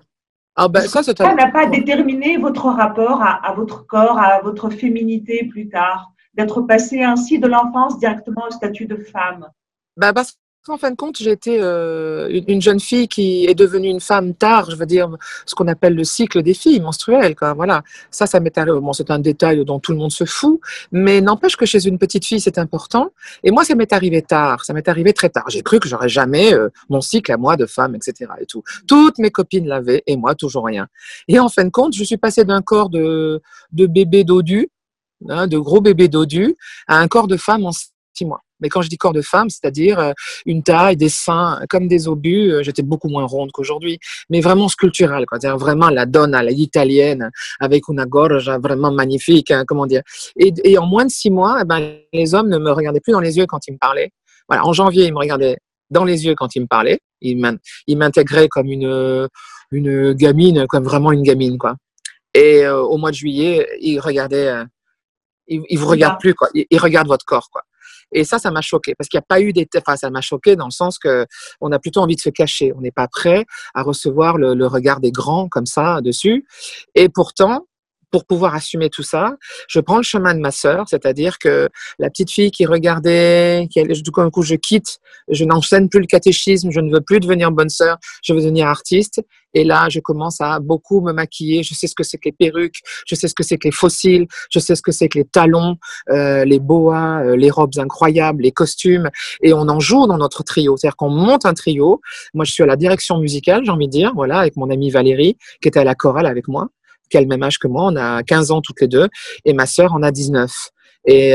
Ça n'a pas déterminé votre rapport à votre corps, à votre féminité plus tard, d'être passée ainsi de l'enfance directement au statut de femme. Parce qu'en fin de compte, j'ai été une jeune fille qui est devenue une femme tard, je veux dire, ce qu'on appelle le cycle des filles menstruelles, quoi. Voilà. Ça m'est arrivé. Bon, c'est un détail dont tout le monde se fout, mais n'empêche que chez une petite fille, c'est important. Et moi, ça m'est arrivé tard. Ça m'est arrivé très tard. J'ai cru que j'aurais jamais mon cycle à moi de femme, etc. et tout. Toutes mes copines l'avaient et moi, toujours rien. Et en fin de compte, je suis passée d'un corps de bébé dodu, de gros bébé dodu, à un corps de femme en 6 mois. Mais quand je dis corps de femme, c'est-à-dire une taille, des seins comme des obus, j'étais beaucoup moins ronde qu'aujourd'hui, mais vraiment sculpturale, quoi. C'est-à-dire vraiment la donna, la italienne, avec une gorge vraiment magnifique, hein, comment dire. Et en moins de 6 mois, les hommes ne me regardaient plus dans les yeux quand ils me parlaient. Voilà, en janvier, ils me regardaient dans les yeux quand ils me parlaient. Ils m'intégraient comme une gamine, comme vraiment une gamine, quoi. Et au mois de juillet, ils regardaient, ils vous regardent plus, quoi. Ils regardent votre corps, quoi. Et ça m'a choqué parce qu'il n'y a pas eu ça m'a choqué dans le sens que on a plutôt envie de se cacher. On n'est pas prêt à recevoir le regard des grands comme ça dessus. Et pourtant, pour pouvoir assumer tout ça, je prends le chemin de ma sœur, c'est-à-dire que la petite fille qui regardait, du coup, je quitte, je n'enseigne plus le catéchisme, je ne veux plus devenir bonne sœur, je veux devenir artiste. Et là, je commence à beaucoup me maquiller. Je sais ce que c'est que les perruques, je sais ce que c'est que les fossiles, je sais ce que c'est que les talons, les boas, les robes incroyables, les costumes. Et on en joue dans notre trio. C'est-à-dire qu'on monte un trio. Moi, je suis à la direction musicale, j'ai envie de dire, voilà, avec mon amie Valérie, qui était à la chorale avec moi, qui a le même âge que moi. On a 15 ans toutes les deux. Et ma sœur en a 19. Et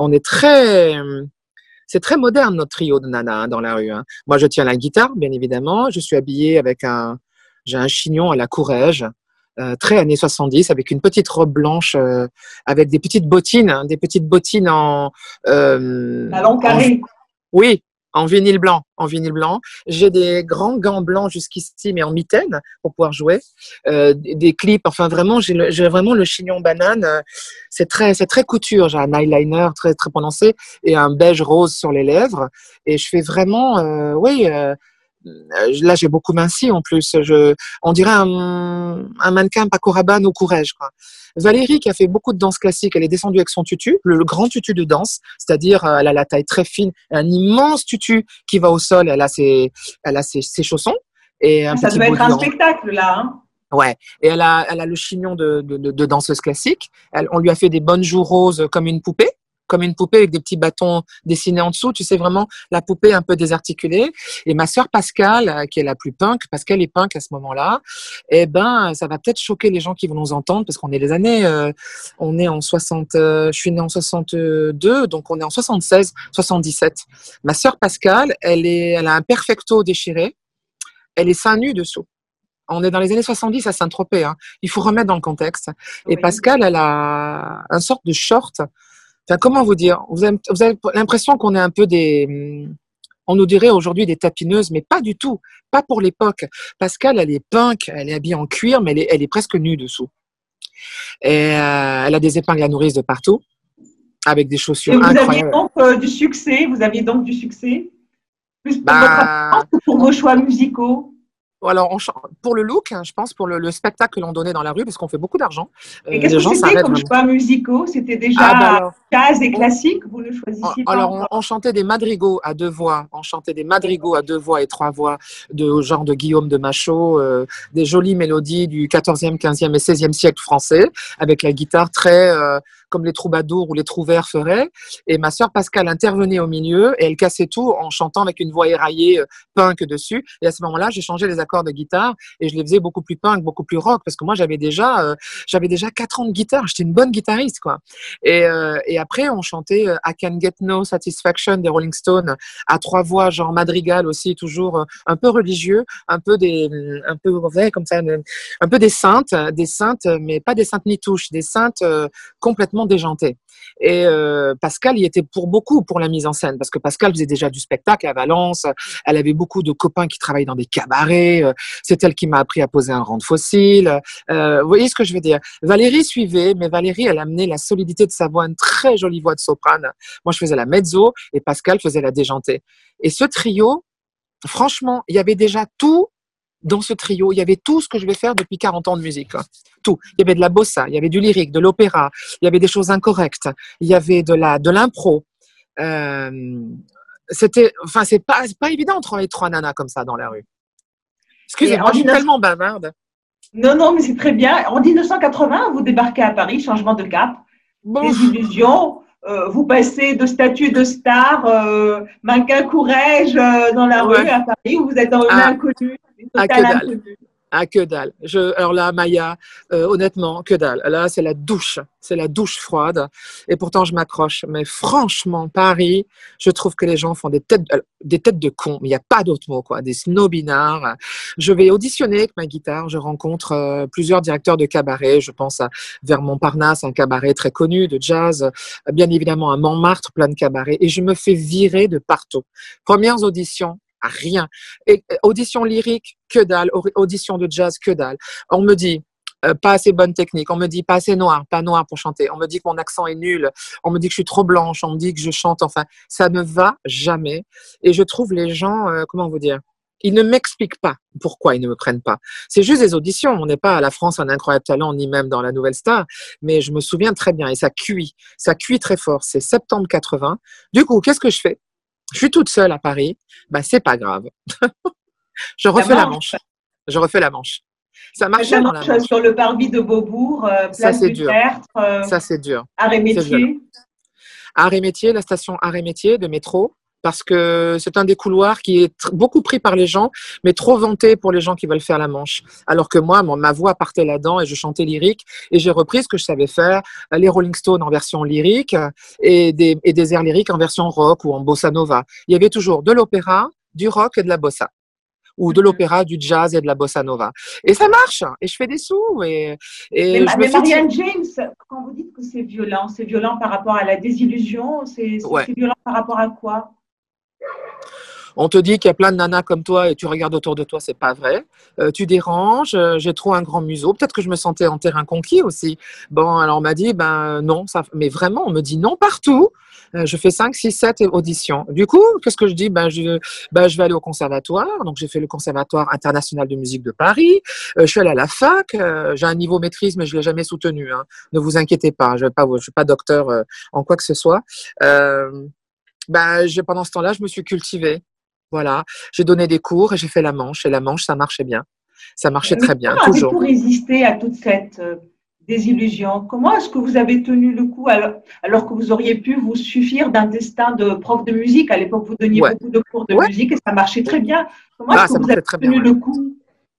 c'est très moderne notre trio de nana dans la rue. Hein. Moi, je tiens la guitare, bien évidemment. Je suis habillée j'ai un chignon à la Courrèges, très années 70, avec une petite robe blanche, avec des petites bottines Ballon en carré. oui, en vinyle blanc, en vinyle blanc. J'ai des grands gants blancs jusqu'ici, mais en mitaine pour pouvoir jouer. Des clips, enfin vraiment, j'ai vraiment le chignon banane. C'est très couture. J'ai un eyeliner très très prononcé et un beige rose sur les lèvres. Et je fais vraiment, oui. Là, j'ai beaucoup minci en plus. On dirait un mannequin Paco Rabanne au Courrèges, quoi. Valérie, qui a fait beaucoup de danse classique, elle est descendue avec son tutu, le grand tutu de danse, c'est-à-dire elle a la taille très fine, un immense tutu qui va au sol, ses chaussons et un Ça petit devait être un body en. spectacle, là. Hein. Ouais, et elle a le chignon de danseuse classique. On lui a fait des bonnes joues roses comme une poupée avec des petits bâtons dessinés en dessous. Tu sais vraiment la poupée un peu désarticulée. Et ma sœur Pascale, qui est la plus punk, Pascale est punk à ce moment-là. Eh ben, ça va peut-être choquer les gens qui vont nous entendre parce qu'on est on est en 60, je suis née en 62, donc on est en 76, 77. Ma sœur Pascale, elle a un perfecto déchiré. Elle est seins nus dessous. On est dans les années 70 à Saint-Tropez. Hein. Il faut remettre dans le contexte. Et Oui. Pascal, elle a un sorte de short. Enfin, comment vous dire? Vous avez l'impression qu'on est un peu on nous dirait aujourd'hui des tapineuses, mais pas du tout. Pas pour l'époque. Pascal, elle est punk, elle est habillée en cuir, mais elle est presque nue dessous. Et elle a des épingles à nourrice de partout, avec des Et chaussures vous aviez incroyables. donc du succès. Vous aviez donc du succès, plus pour votre apparence Bah, ou pour vos choix musicaux. alors, pour le look, hein, je pense, pour le spectacle que l'on donnait dans la rue, parce qu'on fait beaucoup d'argent, Et qu'est-ce les que gens c'était s'arrêtent comme vraiment. choix musicaux? C'était Ah, bah déjà alors. jazz et On, classique? Vous ne choisissiez pas Alors, encore? on chantait des madrigaux à deux voix. On chantait des madrigaux à deux voix et trois voix, genre de Guillaume de Machaut, des jolies mélodies du 14e, 15e et 16e siècle français, avec la guitare très comme les troubadours ou les trouvères feraient. Et ma sœur Pascale intervenait au milieu et elle cassait tout en chantant avec une voix éraillée punk dessus. Et à ce moment-là, j'ai changé les accords de guitare et je les faisais beaucoup plus punk, beaucoup plus rock, parce que moi, j'avais déjà 4 ans de guitare. J'étais une bonne guitariste, quoi. Et après, on chantait I Can Get No Satisfaction des Rolling Stones à trois voix, genre madrigal aussi, toujours un peu religieux, un peu ouais, comme ça, un peu des saintes, mais pas des saintes nitouches, des saintes complètement déjantées. Et Pascal y était pour beaucoup pour la mise en scène, parce que Pascal faisait déjà du spectacle à Valence, elle avait beaucoup de copains qui travaillaient dans des cabarets, c'est elle qui m'a appris à poser un rang de fossile. Vous voyez ce que je veux dire? Valérie suivait, mais Valérie, elle amenait la solidité de sa voix, une très jolie voix de soprane. Moi, je faisais la mezzo et Pascal faisait la déjantée. Et ce trio, franchement, il y avait déjà tout dans ce trio. Il y avait tout ce que je vais faire depuis 40 ans de musique. Hein. Tout. Il y avait de la bossa, il y avait du lyrique, de l'opéra, il y avait des choses incorrectes, il y avait de l'impro. Enfin, c'est pas évident de travailler trois nanas comme ça dans la rue. Et Excusez-moi, je suis tellement bavarde. Non, non, mais c'est très bien. En 1980, vous débarquez à Paris, changement de cap, Bon, des illusions. Vous passez de statut de star, mannequin courage dans la rue ouais. à Paris, où vous êtes un Ah, inconnu, une ah, que totale dalle. inconnue. Ah, que dalle. Alors là, Maya, honnêtement, que dalle. Là, c'est la douche. C'est la douche froide. Et pourtant, je m'accroche. Mais franchement, Paris, je trouve que les gens font des têtes de cons. Mais il n'y a pas d'autre mot, quoi. Des snobinards. Je vais auditionner avec ma guitare. Je rencontre plusieurs directeurs de cabaret. Je pense à vers Montparnasse, un cabaret très connu de jazz. Bien évidemment, à Montmartre, plein de cabarets. Et je me fais virer de partout. Premières auditions. Rien. Et, audition lyrique, que dalle. Audition de jazz, que dalle. On me dit pas assez bonne technique. On me dit pas assez noir, pas noir pour chanter. On me dit que mon accent est nul. On me dit que je suis trop blanche. On me dit que je chante. Enfin, ça ne va jamais. Et je trouve les gens, comment vous dire, ils ne m'expliquent pas pourquoi ils ne me prennent pas. C'est juste des auditions. On n'est pas à la France un incroyable talent, ni même dans la Nouvelle Star. Mais je me souviens très bien. Et ça cuit. Ça cuit très fort. C'est septembre 80. Du coup, qu'est-ce que je fais? Je suis toute seule à Paris, bah c'est pas grave. Je Ça refais la marche. manche. Je refais la manche. Ça Ça marchait dans la marche manche. sur le parvis de Beaubourg, Ça place c'est du dur. Tertre, Ça c'est dur. arrêt C'est violent. métier. Arrêt métier, la station Arrêt métier de métro. parce que c'est un des couloirs qui est beaucoup pris par les gens, mais trop vanté pour les gens qui veulent faire la manche. Alors que moi, ma voix partait là-dedans et je chantais lyrique et j'ai repris ce que je savais faire, les Rolling Stones en version lyrique et des airs lyriques en version rock ou en bossa nova. Il y avait toujours de l'opéra, du rock et de la bossa, ou de Mhm. l'opéra, du jazz et de la bossa nova. Et ça marche, et je fais des sous, et je me Mais fais dire, Marianne James, quand vous dites que c'est violent par rapport à la désillusion, ouais, c'est violent par rapport à quoi? on te dit qu'il y a plein de nanas comme toi et tu regardes autour de toi, c'est pas vrai. Tu déranges, j'ai trop un grand museau. Peut-être que je me sentais en terrain conquis aussi. Bon, alors on m'a dit, ben non, ça, mais vraiment, on me dit non partout. Je fais 5, 6, 7 auditions. Du coup, qu'est-ce que je dis? Je vais aller au conservatoire. Donc, j'ai fait le Conservatoire international de musique de Paris. Je suis allée à la fac. J'ai un niveau maîtrise, mais je l'ai jamais soutenu, hein. Ne vous inquiétez pas. Je suis pas docteur en quoi que ce soit. Euh, Pendant ce temps-là, je me suis cultivée. Voilà, j'ai donné des cours et j'ai fait la manche. Et la manche, ça marchait bien. Ça marchait Mais très bien, comment avez-vous toujours. résisté à toute cette désillusion? Comment est-ce que vous avez tenu le coup alors que vous auriez pu vous suffire d'un destin de prof de musique? À l'époque, vous donniez Ouais, beaucoup de cours de ouais. musique et ça marchait très bien. Comment est-ce Ah, que ça vous avez marchait très bien, tenu ouais. le coup?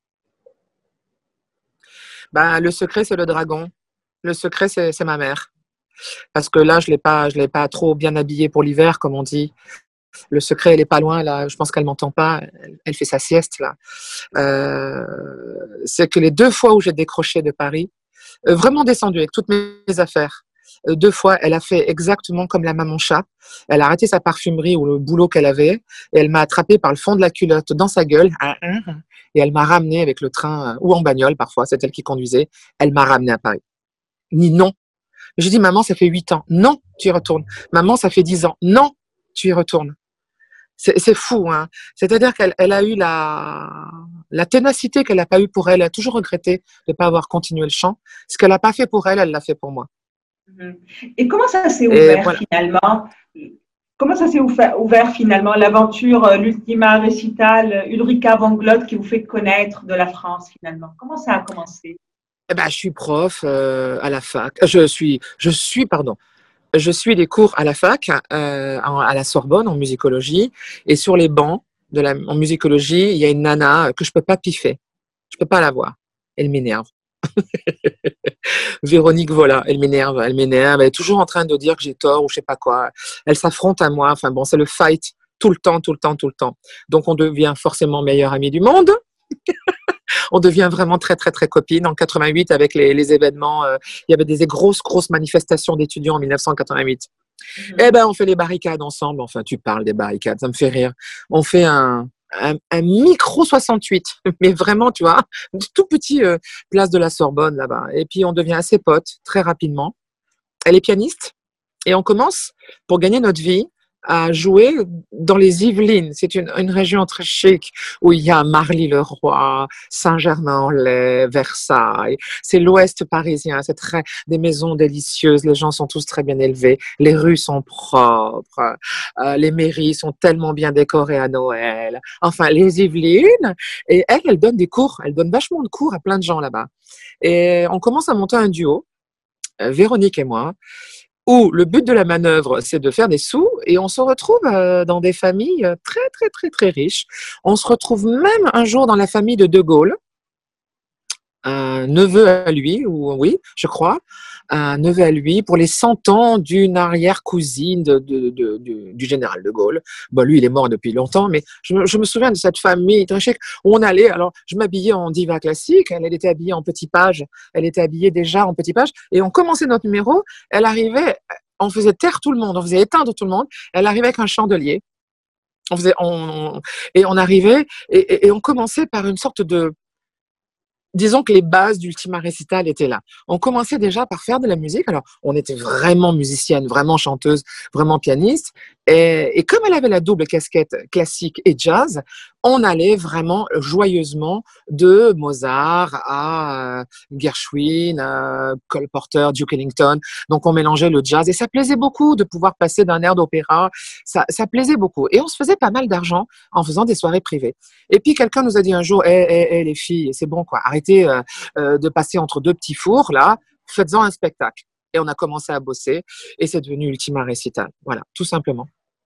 Le secret, c'est le dragon. Le secret, c'est ma mère. Parce que là, je l'ai pas trop bien habillée pour l'hiver, comme on dit. Le secret, elle est pas loin, là. Je pense qu'elle m'entend pas. Elle fait sa sieste, là. Euh, c'est que les 2 fois où j'ai décroché de Paris, vraiment descendu avec toutes mes affaires. 2 fois, elle a fait exactement comme la maman chat. Elle a arrêté sa parfumerie ou le boulot qu'elle avait et elle m'a attrapé par le fond de la culotte dans sa gueule et elle m'a ramené avec le train ou en bagnole parfois, c'est elle qui conduisait. Elle m'a ramené à Paris. Ni non. J'ai dit, maman, ça fait 8 ans. Non, tu y retournes. Maman, ça fait 10 ans. Non, tu y retournes. C'est fou, hein. C'est-à-dire qu'elle a eu la ténacité qu'elle n'a pas eue pour elle. Elle a toujours regretté de ne pas avoir continué le chant. Ce qu'elle n'a pas fait pour elle, elle l'a fait pour moi. Mhm. Et comment ça s'est Et ouvert voilà. finalement? Comment ça s'est ouvert finalement l'aventure, l'Ultima Recital, Ulrika von Glott qui vous fait connaître de la France finalement? Comment ça a commencé? Eh ben, je suis prof à la fac. Pardon, je suis des cours à la fac, à la Sorbonne en musicologie. Et sur les bancs en musicologie, il y a une nana que je peux pas piffer. Je peux pas la voir. Elle m'énerve. Véronique Vola, elle m'énerve, elle m'énerve. Elle est toujours en train de dire que j'ai tort ou je sais pas quoi. Elle s'affronte à moi. Enfin bon, c'est le fight tout le temps, tout le temps, tout le temps. Donc on devient forcément meilleur ami du monde. On devient vraiment très, très, très copines. En 88, avec les événements, il y avait des grosses, grosses manifestations d'étudiants en 1988. Eh Mhm. ben, on fait les barricades ensemble. Enfin, tu parles des barricades, ça me fait rire. On fait un micro 68, mais vraiment, tu vois, tout petit place de la Sorbonne là-bas. Et puis, on devient assez potes très rapidement. Elle est pianiste et on commence, pour gagner notre vie, à jouer dans les Yvelines. C'est une région très chic où il y a Marly-le-Roi, Saint-Germain-en-Laye, Versailles. C'est l'ouest parisien. C'est des maisons délicieuses. Les gens sont tous très bien élevés. Les rues sont propres. Les mairies sont tellement bien décorées à Noël. Enfin, les Yvelines. Et elle donne des cours. Elle donne vachement de cours à plein de gens là-bas. Et on commence à monter un duo, Véronique et moi, où le but de la manœuvre, c'est de faire des sous et on se retrouve dans des familles très, très, très, très riches. On se retrouve même un jour dans la famille de De Gaulle, un neveu à lui, ou oui, je crois, un neveu à lui pour les 100 ans d'une arrière-cousine du général de Gaulle. Bon, lui, il est mort depuis longtemps, mais je me souviens de cette famille très chic où on allait. Alors, je m'habillais en diva classique, elle était habillée en petit page, elle était habillée déjà en petit page, et on commençait notre numéro, elle arrivait, on faisait taire tout le monde, on faisait éteindre tout le monde, elle arrivait avec un chandelier. Et on arrivait et on commençait par une sorte de, disons que les bases d'Ultima Recital étaient là. On commençait déjà par faire de la musique. Alors, on était vraiment musicienne, vraiment chanteuse, vraiment pianiste. Et comme elle avait la double casquette classique et jazz, on allait vraiment joyeusement de Mozart à Gershwin, à Cole Porter, Duke Ellington. Donc, on mélangeait le jazz et ça plaisait beaucoup de pouvoir passer d'un air d'opéra. Ça plaisait beaucoup. Et on se faisait pas mal d'argent en faisant des soirées privées. Et puis quelqu'un nous a dit un jour, les filles, c'est bon quoi, arrêtez de passer entre deux petits fours là, faites-en un spectacle. Et on a commencé à bosser et c'est devenu Ultima Recital. Voilà, tout simplement.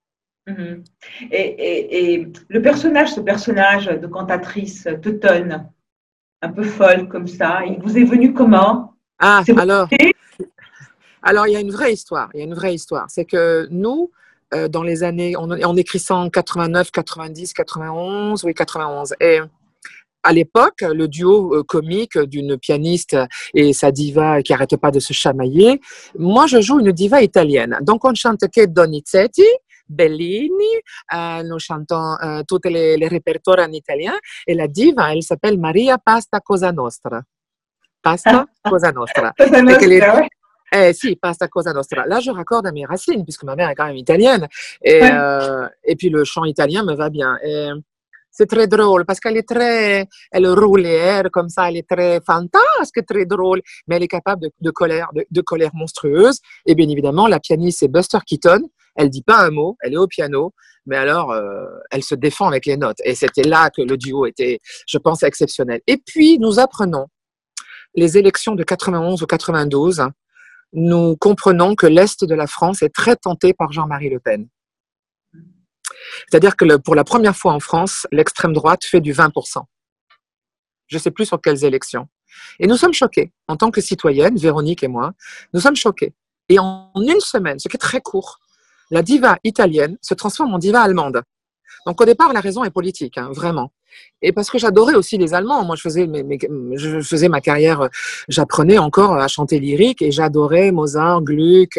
Mhm. Et le personnage, ce personnage de cantatrice teutonne, un peu folle comme ça, il vous est venu comment? Ah, C'est votre alors, idée? alors il y a une vraie histoire. Il y a une vraie histoire. C'est que nous, dans les années, on écrit ça en 89, 90, 91, oui 91. Et à l'époque, le duo comique d'une pianiste et sa diva qui arrête pas de se chamailler. Moi, je joue une diva italienne. Donc, on chante que Donizetti, Bellini, nous chantons tous les répertoires en italien. Et la diva, elle s'appelle Maria Pasta Cosa Nostra. Pasta Cosa Nostra. Cosa Et qu'elle est Nostra, ouais. si, Pasta Cosa Nostra. Là, je raccorde à mes racines, puisque ma mère est quand même italienne. Ouais. Et puis, le chant italien me va bien. Et c'est très drôle, parce qu'elle est très, elle roule les airs comme ça, elle est très fantasque, très drôle, mais elle est capable de colère monstrueuse. Et bien évidemment, la pianiste, c'est Buster Keaton. Elle dit pas un mot, elle est au piano, mais alors, elle se défend avec les notes. Et c'était là que le duo était, je pense, exceptionnel. Et puis, nous apprenons les élections de 91 ou 92, nous comprenons que l'Est de la France est très tenté par Jean-Marie Le Pen. C'est-à-dire que pour la première fois en France, l'extrême droite fait du 20%. Je ne sais plus sur quelles élections. Et nous sommes choqués. En tant que citoyenne, Véronique et moi, nous sommes choqués. Et en une semaine, ce qui est très court, la diva italienne se transforme en diva allemande. Donc au départ, la raison est politique, hein, vraiment. Et parce que j'adorais aussi les Allemands. Moi, je faisais ma carrière, j'apprenais encore à chanter lyrique et j'adorais Mozart, Gluck,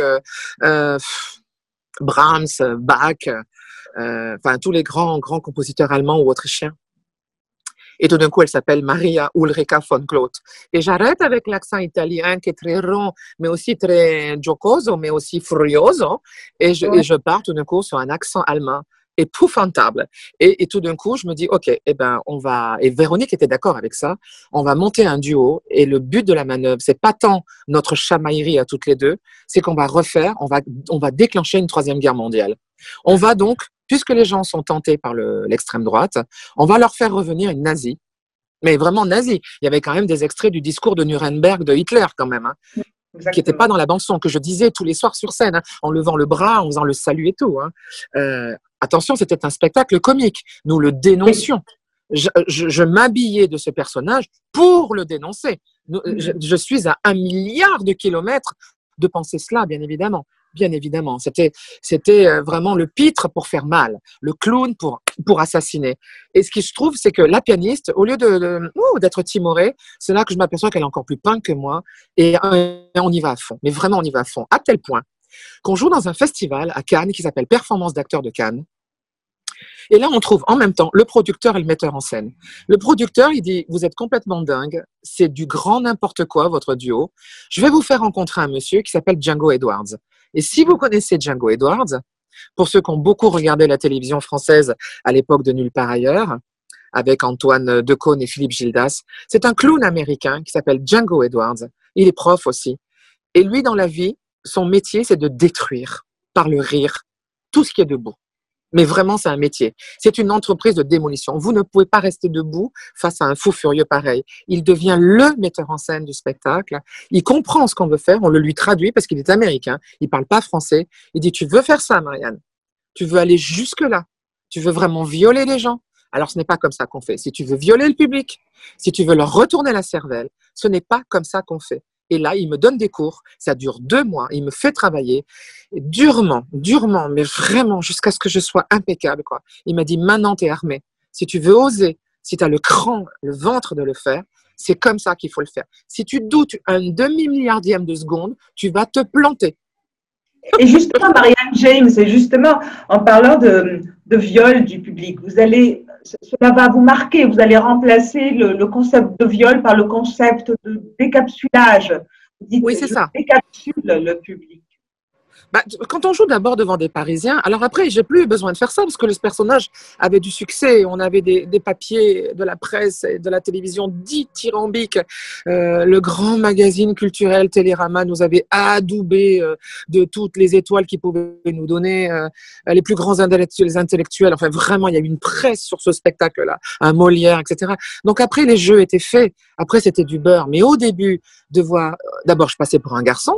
Brahms, Bach, enfin tous les grands compositeurs allemands ou autrichiens. Et tout d'un coup, elle s'appelle Maria Ulrika von Cloth. Et j'arrête avec l'accent italien qui est très rond, mais aussi très giocoso, mais aussi furioso. Et Ouais. je pars tout d'un coup sur un accent allemand épouvantable. Et tout d'un coup, je me dis, OK, eh ben, on va, et Véronique était d'accord avec ça, on va monter un duo. Et le but de la manœuvre, c'est pas tant notre chamaillerie à toutes les deux, c'est qu'on va refaire, on va déclencher une troisième guerre mondiale. On va donc, puisque les gens sont tentés par l'extrême droite, on va leur faire revenir une nazie, mais vraiment nazie. Il y avait quand même des extraits du discours de Nuremberg de Hitler quand même, hein, qui n'était pas Exactement. dans la bande-son, que je disais tous les soirs sur scène, hein, en levant le bras, en faisant le salut et tout. Hein. Attention, c'était un spectacle comique. Nous le Oui. dénoncions. Je m'habillais de ce personnage pour le dénoncer. Je suis à 1 milliard de kilomètres de penser cela, bien évidemment. Bien évidemment. C'était vraiment le pitre pour faire mal, le clown pour assassiner. Et ce qui je trouve, c'est que la pianiste, au lieu d'être timorée, c'est là que je m'aperçois qu'elle est encore plus punk que moi. Et on y va à fond. Mais vraiment, on y va à fond. À tel point qu'on joue dans un festival à Cannes qui s'appelle Performance d'acteurs de Cannes. Et là, on trouve en même temps le producteur et le metteur en scène. Le producteur, il dit, vous êtes complètement dingue, c'est du grand n'importe quoi, votre duo. Je vais vous faire rencontrer un monsieur qui s'appelle Django Edwards. Et si vous connaissez Django Edwards, pour ceux qui ont beaucoup regardé la télévision française à l'époque de Nulle part ailleurs, avec Antoine Decaune et Philippe Gildas, c'est un clown américain qui s'appelle Django Edwards. Il est prof aussi. Et lui, dans la vie, son métier, c'est de détruire, par le rire, tout ce qui est debout. Mais vraiment, c'est un métier. C'est une entreprise de démolition. Vous ne pouvez pas rester debout face à un fou furieux pareil. Il devient le metteur en scène du spectacle. Il comprend ce qu'on veut faire. On le lui traduit parce qu'il est américain. Il parle pas français. Il dit, tu veux faire ça, Marianne? Tu veux aller jusque-là? Tu veux vraiment violer les gens? Alors, ce n'est pas comme ça qu'on fait. Si tu veux violer le public, si tu veux leur retourner la cervelle, ce n'est pas comme ça qu'on fait. Et là, il me donne des cours. Ça dure 2 mois. Il me fait travailler durement, durement, mais vraiment jusqu'à ce que je sois impeccable, quoi. Il m'a dit, maintenant, t'es armé. Si tu veux oser, si tu as le cran, le ventre de le faire, c'est comme ça qu'il faut le faire. Si tu doutes un demi-milliardième de seconde, tu vas te planter. Et justement, Marianne James, et justement, en parlant de viol du public, cela va vous marquer. Vous allez remplacer le concept de viol par le concept de décapsulage. Vous dites, Oui, c'est je ça. décapsule le public. Bah, quand on joue d'abord devant des Parisiens, alors après, j'ai plus besoin de faire ça parce que le personnage avait du succès. On avait des papiers de la presse et de la télévision dithyrambiques. Le grand magazine culturel Télérama nous avait adoubé de toutes les étoiles qu'il pouvait nous donner, les plus grands intellectuels. Enfin, vraiment, il y a eu une presse sur ce spectacle-là, un Molière, etc. Donc après, les jeux étaient faits. Après, c'était du beurre. Mais au début, d'abord, je passais pour un garçon.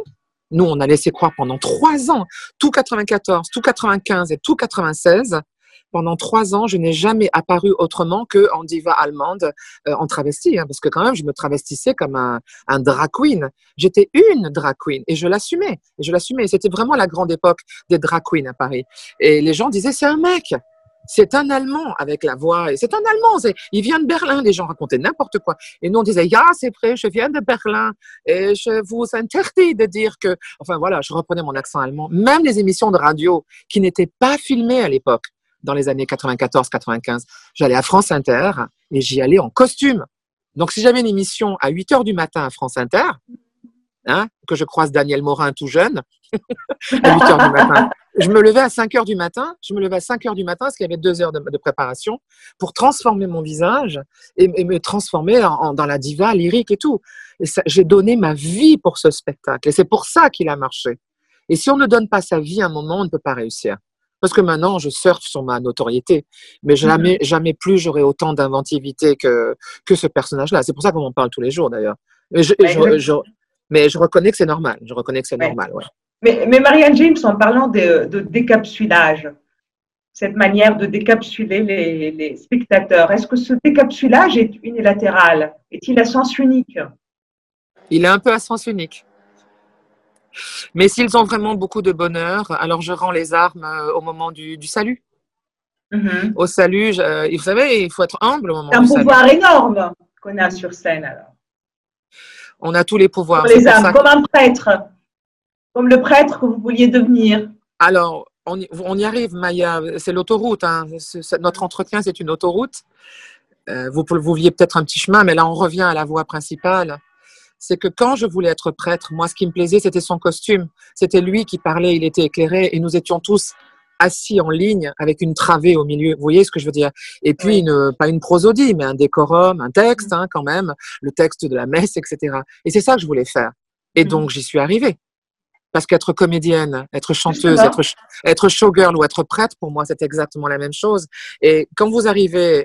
Nous, on a laissé croire pendant 3 ans, tout 94, tout 95 et tout 96. Pendant 3 ans, je n'ai jamais apparu autrement qu'en diva allemande, en travesti, hein, parce que quand même, je me travestissais comme un drag queen. J'étais une drag queen et je l'assumais. Et je l'assumais. C'était vraiment la grande époque des drag queens à Paris. Et les gens disaient, c'est un mec. C'est un Allemand avec la voix. Et c'est un Allemand. Il vient de Berlin. Les gens racontaient n'importe quoi. Et nous, on disait, ah, c'est vrai, je viens de Berlin. Et je vous interdis de dire que. Enfin, voilà, je reprenais mon accent allemand. Même les émissions de radio qui n'étaient pas filmées à l'époque, dans les années 94-95, j'allais à France Inter et j'y allais en costume. Donc, si j'avais une émission à 8 heures du matin à France Inter, hein, que je croise Daniel Morin tout jeune, à 8 heures du matin, je me levais à 5 heures du matin, parce qu'il y avait 2 heures de préparation pour transformer mon visage et me transformer dans la diva lyrique et tout. Et ça, j'ai donné ma vie pour ce spectacle et c'est pour ça qu'il a marché. Et si on ne donne pas sa vie à un moment, on ne peut pas réussir. Parce que maintenant, je surfe sur ma notoriété, mais jamais plus j'aurai autant d'inventivité que ce personnage-là. C'est pour ça qu'on en parle tous les jours, d'ailleurs. Mais je reconnais que c'est normal. Je reconnais que c'est normal, ouais. Mais Marianne James, en parlant de décapsulage, cette manière de décapsuler les spectateurs, est-ce que ce décapsulage est unilatéral? Est-il à sens unique? Il est un peu à sens unique. Mais s'ils ont vraiment beaucoup de bonheur, alors je rends les armes au moment du salut. Mm-hmm. Au salut, vous savez, il faut être humble au moment du salut. C'est un pouvoir énorme qu'on a sur scène, alors. On a tous les pouvoirs. Sur les âmes, comme un prêtre, comme le prêtre que vous vouliez devenir. Alors, on y arrive, Maya. C'est l'autoroute. Hein. Notre entretien, c'est une autoroute. Vous vouliez peut-être un petit chemin, mais là, on revient à la voie principale. C'est que quand je voulais être prêtre, moi, ce qui me plaisait, c'était son costume. C'était lui qui parlait, il était éclairé, et nous étions tous assis en ligne avec une travée au milieu. Vous voyez ce que je veux dire? Et puis, pas une prosodie, mais un décorum, un texte, hein, quand même, le texte de la messe, etc. Et c'est ça que je voulais faire. Et donc, j'y suis arrivée. Parce qu'être comédienne, être chanteuse, être showgirl ou être prêtre, pour moi, c'est exactement la même chose. Et quand vous arrivez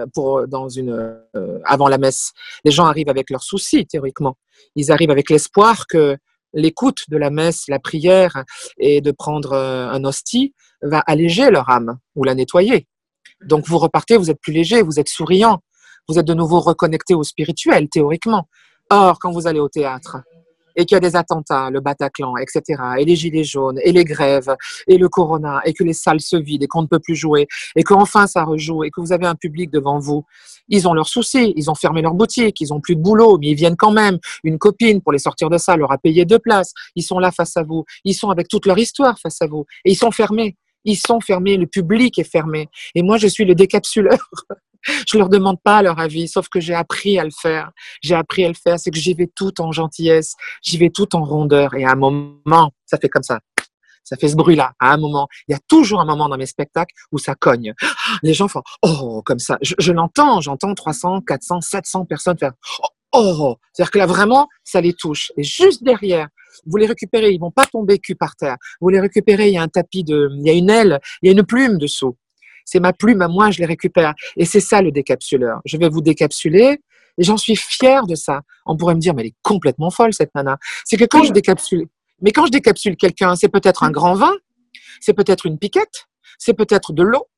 avant la messe, les gens arrivent avec leurs soucis, théoriquement. Ils arrivent avec l'espoir que l'écoute de la messe, la prière et de prendre un hostie va alléger leur âme ou la nettoyer. Donc, vous repartez, vous êtes plus léger, vous êtes souriant, vous êtes de nouveau reconnecté au spirituel, théoriquement. Or, quand vous allez au théâtre, et qu'il y a des attentats, le Bataclan, etc., et les gilets jaunes, et les grèves, et le corona, et que les salles se vident, et qu'on ne peut plus jouer, et qu'enfin ça rejoue, et que vous avez un public devant vous, ils ont leurs soucis, ils ont fermé leur boutique, ils ont plus de boulot, mais ils viennent quand même. Une copine, pour les sortir de ça, leur a payé 2 places. Ils sont là face à vous, ils sont avec toute leur histoire face à vous, et ils sont fermés. Ils sont fermés, le public est fermé. Et moi, je suis le décapsuleur. Je leur demande pas leur avis, sauf que j'ai appris à le faire. J'ai appris à le faire, c'est que j'y vais tout en gentillesse, j'y vais tout en rondeur. Et à un moment, ça fait comme ça. Ça fait ce bruit-là. À un moment, il y a toujours un moment dans mes spectacles où ça cogne. Les gens font « oh » comme ça. Je l'entends, j'entends 300, 400, 700 personnes faire « oh ». C'est-à-dire que là, vraiment, ça les touche. Et juste derrière, vous les récupérez, ils vont pas tomber cul par terre. Vous les récupérez, il y a un tapis il y a une aile, il y a une plume dessous. C'est ma plume à moi, je les récupère. Et c'est ça le décapsuleur. Je vais vous décapsuler et j'en suis fière de ça. On pourrait me dire, mais elle est complètement folle, cette nana. C'est que quand je décapsule quelqu'un, c'est peut-être un grand vin, c'est peut-être une piquette, c'est peut-être de l'eau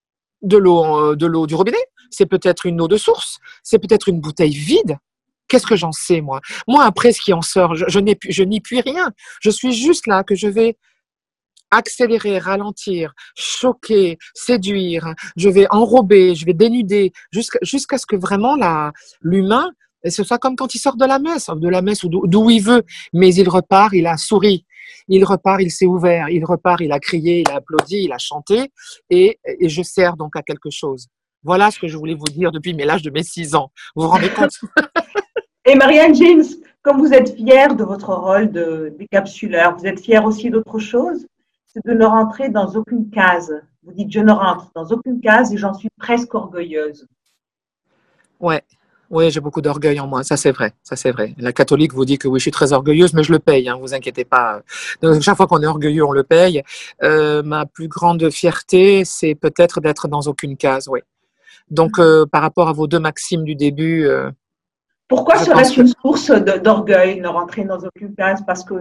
du robinet, c'est peut-être une eau de source, c'est peut-être une bouteille vide. Qu'est-ce que j'en sais, moi? Moi, après, ce qui en sort, je n'y puis rien. Je suis juste là, que je vais accélérer, ralentir, choquer, séduire, je vais enrober, je vais dénuder, jusqu'à ce que vraiment l'humain, ce soit comme quand il sort de la messe ou d'où il veut, mais il repart, il a souri, il repart, il s'est ouvert, il repart, il a crié, il a applaudi, il a chanté, et je sers donc à quelque chose. Voilà ce que je voulais vous dire depuis l'âge de mes 6 ans. Vous vous rendez compte? Et Marianne James, comme vous êtes fière de votre rôle de décapsuleur, vous êtes fière aussi d'autre chose? C'est de ne rentrer dans aucune case. Vous dites, je ne rentre dans aucune case et j'en suis presque orgueilleuse. Ouais. Oui, j'ai beaucoup d'orgueil en moi, ça c'est vrai, ça c'est vrai. La catholique vous dit que oui, je suis très orgueilleuse, mais je le paye, hein, vous inquiétez pas. Donc, chaque fois qu'on est orgueilleux, on le paye. Ma plus grande fierté, c'est peut-être d'être dans aucune case, oui. Donc, par rapport à vos 2 maximes du début… Pourquoi serait-ce une source d'orgueil, ne rentrer dans aucune case? Parce que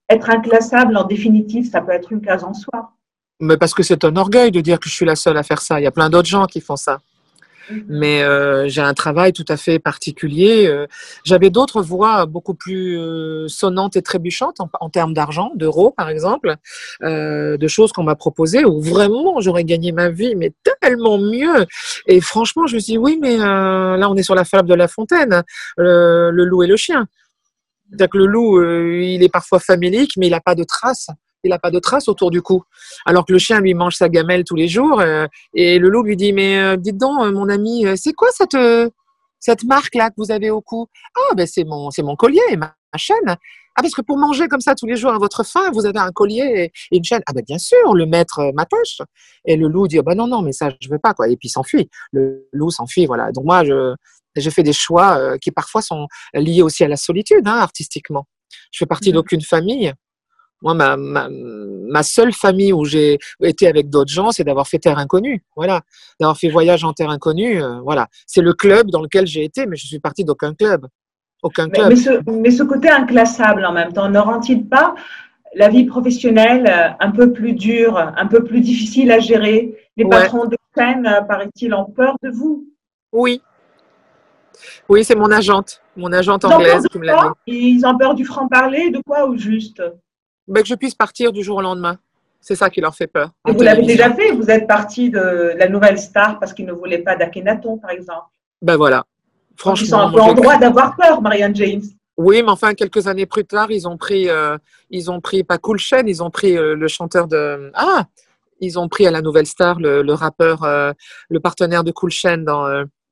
être inclassable, en définitive, ça peut être une case en soi. Mais parce que c'est un orgueil de dire que je suis la seule à faire ça. Il y a plein d'autres gens qui font ça. Mhm. Mais j'ai un travail tout à fait particulier. J'avais d'autres voies beaucoup plus sonnantes et trébuchantes en termes d'argent, d'euros par exemple, de choses qu'on m'a proposées où vraiment j'aurais gagné ma vie, mais tellement mieux. Et franchement, je me suis dit oui, mais là on est sur la fable de La Fontaine, le loup et le chien. C'est-à-dire que le loup, il est parfois famélique, mais il n'a pas de traces. Il n'a pas de traces autour du cou. Alors que le chien, lui, mange sa gamelle tous les jours. Et le loup lui dit, mais dites donc, mon ami, c'est quoi cette marque-là que vous avez au cou? Ah, ben c'est mon collier, ma chaîne. Ah, parce que pour manger comme ça tous les jours à votre faim, vous avez un collier et une chaîne. Ah, ben bien sûr, le maître m'attache. Et le loup dit, oh, ben non, non, mais ça, je veux pas, quoi. Et puis il s'enfuit. Le loup s'enfuit, voilà. Donc moi, je fais des choix qui parfois sont liés aussi à la solitude, hein, artistiquement. Je fais partie Mhm. d'aucune famille. Moi, ma seule famille où j'ai été avec d'autres gens, c'est d'avoir fait Terre Inconnue. Voilà. D'avoir fait Voyage en Terre Inconnue. Voilà. C'est le club dans lequel j'ai été, mais je suis partie d'aucun club. Aucun Mais, club. mais, ce, mais ce côté inclassable en même temps, ne rend-il pas la vie professionnelle un peu plus dure, un peu plus difficile à gérer? Les Ouais. patrons de chaîne, paraît-il, ont peur de vous. Oui. Oui, c'est mon agente Ils ont peur anglaise de qui me l'a quoi? dit. Ils ont peur du franc-parler, de quoi au juste? Ben, que je puisse partir du jour au lendemain. C'est ça qui leur fait peur Et en vous l'avez télévision. déjà fait, vous êtes parti de la nouvelle star parce qu'ils ne voulaient pas d'Akhenaton, par exemple. Ben voilà. Donc ils sont Franchement, un moi peu je en l'ai pris. droit d'avoir peur, Marianne James. Oui, mais enfin, quelques années plus tard, ils ont pris pas Cool Chain, ils ont pris le chanteur de. Ah, ils ont pris à la Nouvelle Star le rappeur, le partenaire de Cool Chain dans.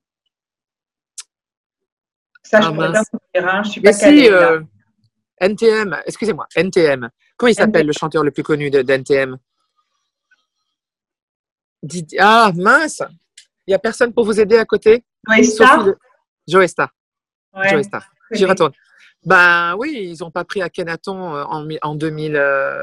Ça, je Ah ne pourrais pas mince. vous dire, hein, je ne suis Mais pas si, calée là. NTM, excusez-moi, NTM. Comment il s'appelle le chanteur le plus connu d'NTM? Ah mince, il n'y a personne pour vous aider à côté? Joey Sophie Star? Joe Star. Joe Ouais, Star. je J'y connais. retourne. Ben oui, ils n'ont pas pris Akhenaton en 2000.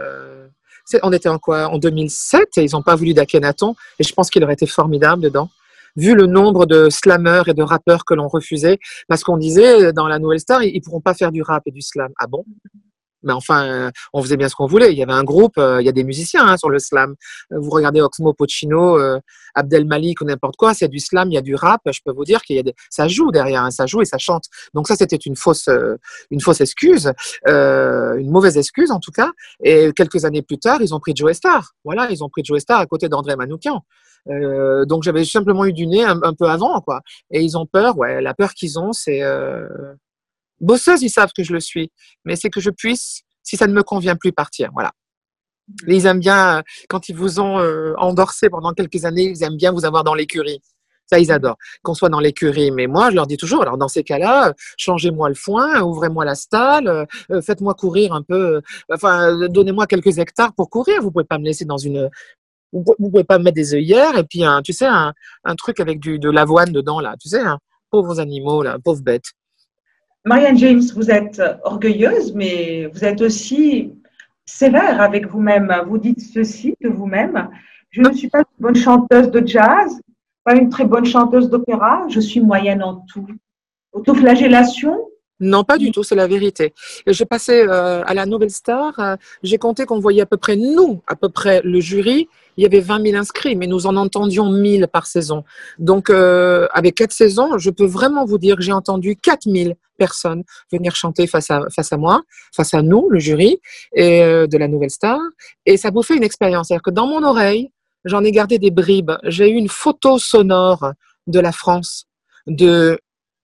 On était en quoi? En 2007 et ils n'ont pas voulu d'Akhenaton. Et je pense qu'il aurait été formidable dedans. Vu le nombre de slammers et de rappeurs que l'on refusait, parce qu'on disait dans la Nouvelle Star, ils ne pourront pas faire du rap et du slam. Ah bon? Mais enfin, on faisait bien ce qu'on voulait. Il y avait un groupe, il y a des musiciens hein, sur le slam. Vous regardez Oxmo Puccino, Abdel Malik ou n'importe quoi, c'est du slam, il y a du rap. Je peux vous dire qu'il y a ça joue derrière, hein, ça joue et ça chante. Donc ça, c'était une fausse excuse, une mauvaise excuse en tout cas. Et quelques années plus tard, ils ont pris Joe Star. Voilà, ils ont pris Joe Star à côté d'André Manoukian. Donc j'avais simplement eu du nez un peu avant, quoi. Et ils ont peur, ouais. La peur qu'ils ont, c'est bosseuse, ils savent que je le suis, mais c'est que je puisse, si ça ne me convient plus, partir. Voilà. Et ils aiment bien, quand ils vous ont endorsé pendant quelques années, ils aiment bien vous avoir dans l'écurie. Ça, ils adorent. Qu'on soit dans l'écurie. Mais moi, je leur dis toujours, alors dans ces cas-là, changez-moi le foin, ouvrez-moi la stalle, faites-moi courir un peu, enfin, donnez-moi quelques hectares pour courir. Vous pouvez pas me laisser dans une, vous pouvez pas me mettre des œillères et puis, tu sais, un truc avec de l'avoine dedans, là. Tu sais, hein, pauvres animaux, là, pauvres bêtes. Marianne James, vous êtes orgueilleuse, mais vous êtes aussi sévère avec vous-même. Vous dites ceci de vous-même. Je ne suis pas une bonne chanteuse de jazz, pas une très bonne chanteuse d'opéra, je suis moyenne en tout. Autoflagellation? Non, pas du tout, c'est la vérité. Et j'ai passé à la Nouvelle Star, j'ai compté qu'on voyait à peu près, nous, à peu près le jury, il y avait 20 000 inscrits, mais nous en entendions 1000 par saison. Donc, avec 4 saisons, je peux vraiment vous dire que j'ai entendu 4000 personnes venir chanter face à moi, face à nous, le jury, et, de la Nouvelle Star. Et ça vous fait une expérience. C'est-à-dire que dans mon oreille, j'en ai gardé des bribes. J'ai eu une photo sonore de la France de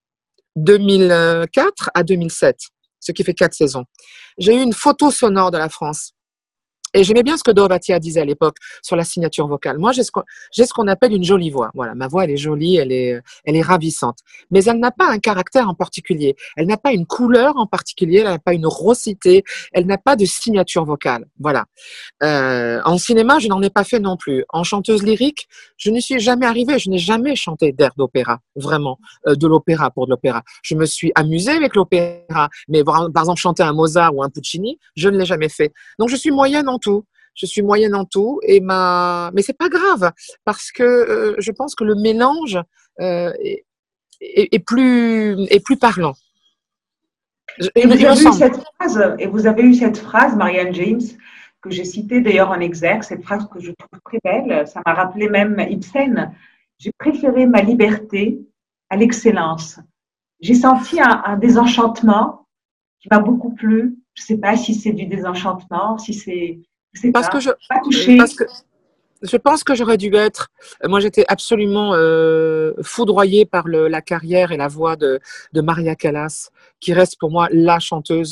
2004 à 2007, ce qui fait 4 saisons. J'ai eu une photo sonore de la France. Et j'aimais bien ce que Dorothea disait à l'époque sur la signature vocale. Moi, j'ai ce qu'on appelle une jolie voix. Voilà, ma voix, elle est jolie, elle est ravissante. Mais elle n'a pas un caractère en particulier. Elle n'a pas une couleur en particulier. Elle n'a pas une rosité. Elle n'a pas de signature vocale. Voilà. En cinéma, je n'en ai pas fait non plus. En chanteuse lyrique, je n'y suis jamais arrivée. Je n'ai jamais chanté d'air d'opéra, vraiment, de l'opéra pour de l'opéra. Je me suis amusée avec l'opéra, mais par exemple chanter un Mozart ou un Puccini, je ne l'ai jamais fait. Donc je suis moyenne en tout. Je suis moyenne en tout mais c'est pas grave parce que je pense que le mélange est plus parlant. Et vous Il me avez eu semble. cette phrase, Marianne James, que j'ai citée d'ailleurs en exergue, cette phrase que je trouve très belle, ça m'a rappelé même Ibsen. J'ai préféré ma liberté à l'excellence. J'ai senti un désenchantement qui m'a beaucoup plu. Je ne sais pas si c'est du désenchantement, si c'est, je ne sais Parce que pas, je, pas parce touché. que je pense que j'aurais dû être. Moi, j'étais absolument foudroyée par la carrière et la voix de Maria Callas, qui reste pour moi la chanteuse,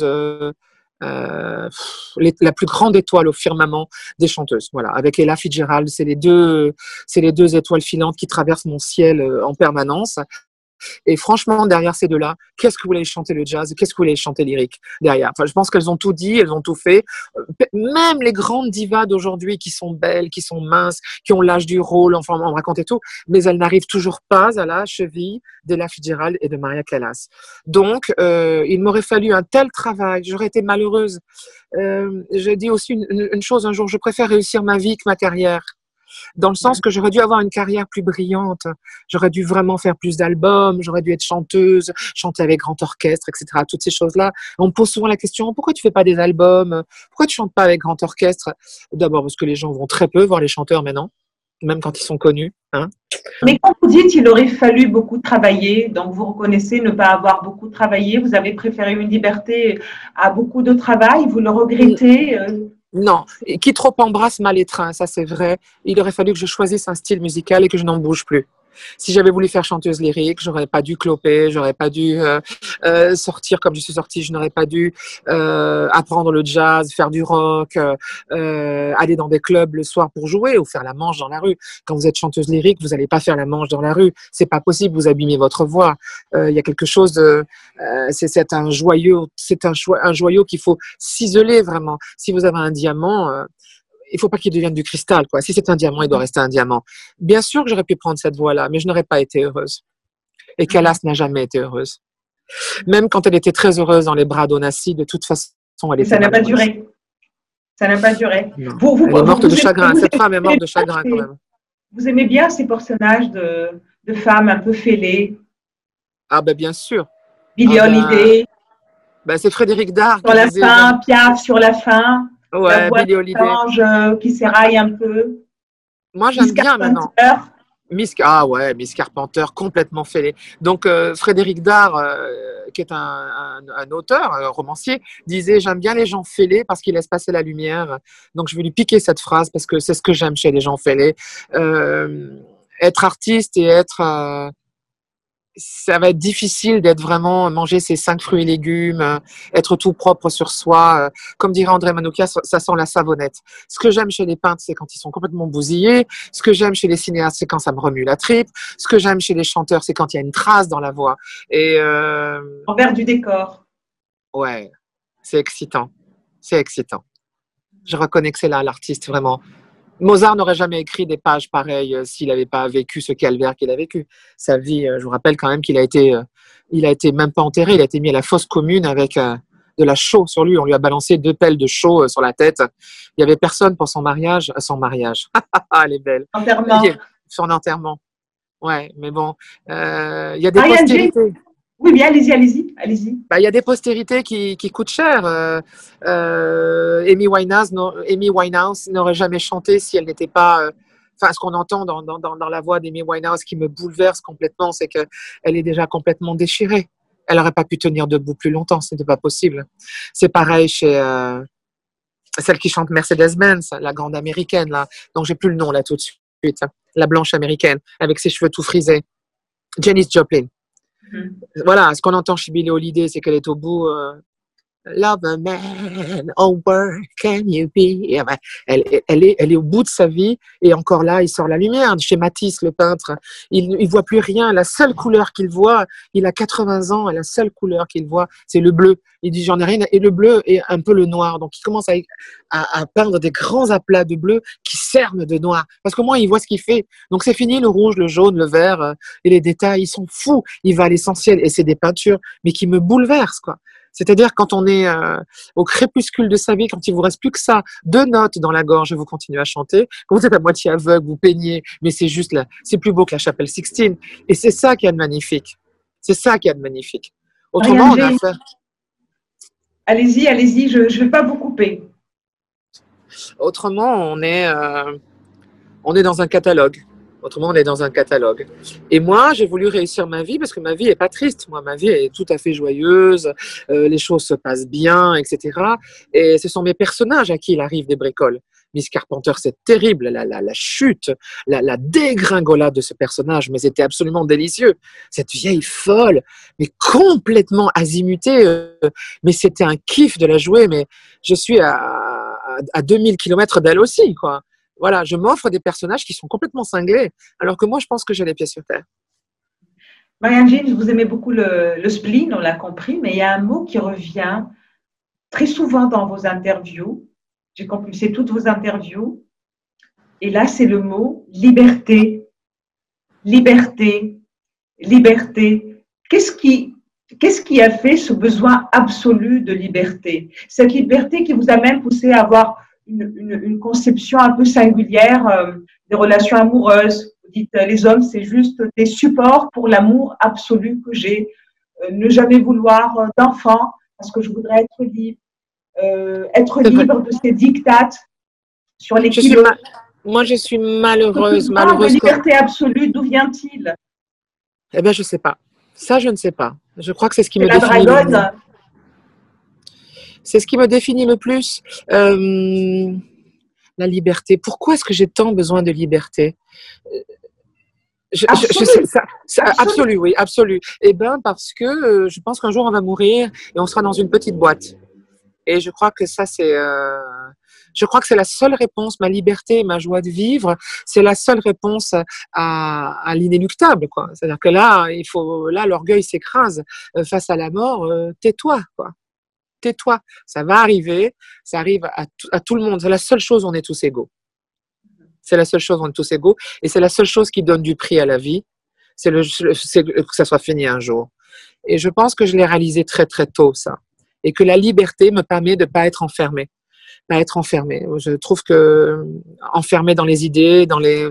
la plus grande étoile au firmament des chanteuses. Voilà, avec Ella Fitzgerald, c'est les deux étoiles filantes qui traversent mon ciel en permanence. Et franchement, derrière ces deux-là, qu'est-ce que vous voulez chanter le jazz? Qu'est-ce que vous voulez chanter lyrique derrière? Enfin, je pense qu'elles ont tout dit, elles ont tout fait. Même les grandes divas d'aujourd'hui qui sont belles, qui sont minces, qui ont l'âge du rôle, enfin, on raconte et tout, mais elles n'arrivent toujours pas à la cheville d'Ella Fitzgerald et de Maria Callas. Donc, il m'aurait fallu un tel travail, j'aurais été malheureuse. Je dis aussi une chose un jour, je préfère réussir ma vie que ma carrière, dans le sens que j'aurais dû avoir une carrière plus brillante, j'aurais dû vraiment faire plus d'albums, j'aurais dû être chanteuse, chanter avec grand orchestre, etc. Toutes ces choses-là. On me pose souvent la question, pourquoi tu fais pas des albums? Pourquoi tu chantes pas avec grand orchestre? D'abord parce que les gens vont très peu voir les chanteurs maintenant, même quand ils sont connus. Hein. Mais quand vous dites qu'il aurait fallu beaucoup travailler, donc vous reconnaissez ne pas avoir beaucoup travaillé, vous avez préféré une liberté à beaucoup de travail, vous le regrettez. Non, et qui trop embrasse mal étreint, ça c'est vrai. Il aurait fallu que je choisisse un style musical et que je n'en bouge plus. Si j'avais voulu faire chanteuse lyrique, j'aurais pas dû cloper, j'aurais pas dû sortir comme je suis sortie, je n'aurais pas dû apprendre le jazz, faire du rock, aller dans des clubs le soir pour jouer ou faire la manche dans la rue. Quand vous êtes chanteuse lyrique, vous n'allez pas faire la manche dans la rue, c'est pas possible, vous abîmez votre voix. Il y a quelque chose de, c'est un joyau qu'il faut ciseler vraiment. Si vous avez un diamant, il faut pas qu'il devienne du cristal, quoi. Si c'est un diamant, il doit rester un diamant. Bien sûr que j'aurais pu prendre cette voie-là, mais je n'aurais pas été heureuse. Et Callas n'a jamais été heureuse. Même quand elle était très heureuse dans les bras d'Onassis, de toute façon, elle Mais était ça n'a pas malheureuse. duré. Ça n'a pas duré. Non. Vous, vous, Elle est vous, morte de vous aimez, chagrin. vous Cette femme est morte aimez de chagrin, quand même. vous aimez bien ces personnages de femmes un peu fêlées, Ah ben, bien sûr. Billie Ah ben, Holiday, c'est Frédéric Dard sur qui la disait, j'aime, fin, Piaf sur la fin, la ouais, voix Billie qui Holiday. change, qui Ah, s'éraille un peu, moi, j'aime Miss bien maintenant. Carpenter. Ah ouais, Miss Carpenter, complètement fêlée. Donc Frédéric Dard, qui est un auteur, un romancier, disait j'aime bien les gens fêlés parce qu'ils laissent passer la lumière. Donc je vais lui piquer cette phrase parce que c'est ce que j'aime chez les gens fêlés. Être artiste et être ça va être difficile d'être vraiment manger ses 5 fruits et légumes, être tout propre sur soi. Comme dirait André Manoukian, ça sent la savonnette. Ce que j'aime chez les peintres, c'est quand ils sont complètement bousillés. Ce que j'aime chez les cinéastes, c'est quand ça me remue la tripe. Ce que j'aime chez les chanteurs, c'est quand il y a une trace dans la voix. Et Envers du décor. ouais, c'est excitant. C'est excitant. Je reconnais que c'est là l'artiste vraiment. Mozart n'aurait jamais écrit des pages pareilles s'il n'avait pas vécu ce calvaire qu'il a vécu. Sa vie, je vous rappelle quand même qu'il il a été même pas enterré, il a été mis à la fosse commune avec de la chaux sur lui. On lui a balancé 2 pelles de chaux sur la tête. Il y avait personne pour son mariage. Son mariage. Elle est belle. Enterrement. Son enterrement. Ouais, mais bon, il y a des Marianne James. postérités. Oui, bien, allez-y, allez-y, allez-y. Il y a des postérités qui coûtent cher. Amy Winehouse n'aurait jamais chanté si elle n'était pas. Enfin, ce qu'on entend dans la voix d'Amy Winehouse qui me bouleverse complètement, c'est qu'elle est déjà complètement déchirée. Elle n'aurait pas pu tenir debout plus longtemps, ce n'était pas possible. C'est pareil chez celle qui chante Mercedes-Benz, la grande américaine, là, dont j'ai plus le nom là tout de suite, la blanche américaine, avec ses cheveux tout frisés. Janis Joplin. Voilà, ce qu'on entend chez Billie Holiday, c'est qu'elle est au bout. Love a man, oh where can you be? Et, elle est au bout de sa vie et encore là, il sort la lumière. Chez Matisse, le peintre, il voit plus rien. La seule couleur qu'il voit, il a 80 ans et la seule couleur qu'il voit, c'est le bleu. Il dit j'en ai rien. Et le bleu est un peu le noir. Donc il commence à peindre des grands aplats de bleu qui cernent de noir. Parce qu'au moins, il voit ce qu'il fait. Donc c'est fini le rouge, le jaune, le vert et les détails. Ils sont fous. Il va à l'essentiel et c'est des peintures, mais qui me bouleversent, quoi. C'est-à-dire quand on est au crépuscule de sa vie, quand il vous reste plus que ça, 2 notes dans la gorge et vous continuez à chanter, quand vous êtes à moitié aveugle, vous peignez, mais c'est juste là, c'est plus beau que la chapelle Sixtine. Et c'est ça qui est de magnifique. C'est ça qui est de magnifique. Autrement, Marianne on a James, affaire. Allez-y, allez-y, je ne vais pas vous couper. Autrement, on est dans un catalogue. Autrement, on est dans un catalogue. Et moi, j'ai voulu réussir ma vie parce que ma vie est pas triste. Moi, ma vie est tout à fait joyeuse. Les choses se passent bien, etc. Et ce sont mes personnages à qui il arrive des bricoles. Miss Carpenter, c'est terrible, la chute, la dégringolade de ce personnage, mais c'était absolument délicieux. Cette vieille folle, mais complètement azimutée, mais c'était un kiff de la jouer, mais je suis à 2000 km d'elle aussi, quoi. Voilà, je m'offre des personnages qui sont complètement cinglés, alors que moi, je pense que j'ai les pieds sur terre. Marianne James, vous aimez beaucoup le spleen, on l'a compris, mais il y a un mot qui revient très souvent dans vos interviews. J'ai compulsé toutes vos interviews. Et là, c'est le mot liberté. Liberté. Liberté. Qu'est-ce qui a fait ce besoin absolu de liberté? Cette liberté qui vous a même poussé à avoir une conception un peu singulière des relations amoureuses. Vous dites, les hommes, c'est juste des supports pour l'amour absolu que j'ai. Ne jamais vouloir d'enfant parce que je voudrais être libre de ces dictates sur les kilos. Moi, je suis malheureuse. De liberté absolue, d'où vient-il? Eh bien, je ne sais pas. Ça, je ne sais pas. Je crois que c'est ce qui me la définit. Dragonne. C'est ce qui me définit le plus. La liberté. Pourquoi est-ce que j'ai tant besoin de liberté? Absolu, oui, absolu. Eh bien, parce que je pense qu'un jour, on va mourir et on sera dans une petite boîte. Et je crois que ça, je crois que c'est la seule réponse, ma liberté, ma joie de vivre, c'est la seule réponse à l'inéluctable, quoi. C'est-à-dire que là, l'orgueil s'écrase face à la mort. Tais-toi, quoi. Tais-toi. Ça va arriver. Ça arrive à tout le monde. C'est la seule chose, on est tous égaux. C'est la seule chose, on est tous égaux. Et c'est la seule chose qui donne du prix à la vie. C'est que ça soit fini un jour. Et je pense que je l'ai réalisé très, très tôt, ça. Et que la liberté me permet de ne pas être enfermée. Pas être enfermée. Je trouve que enfermée dans les idées,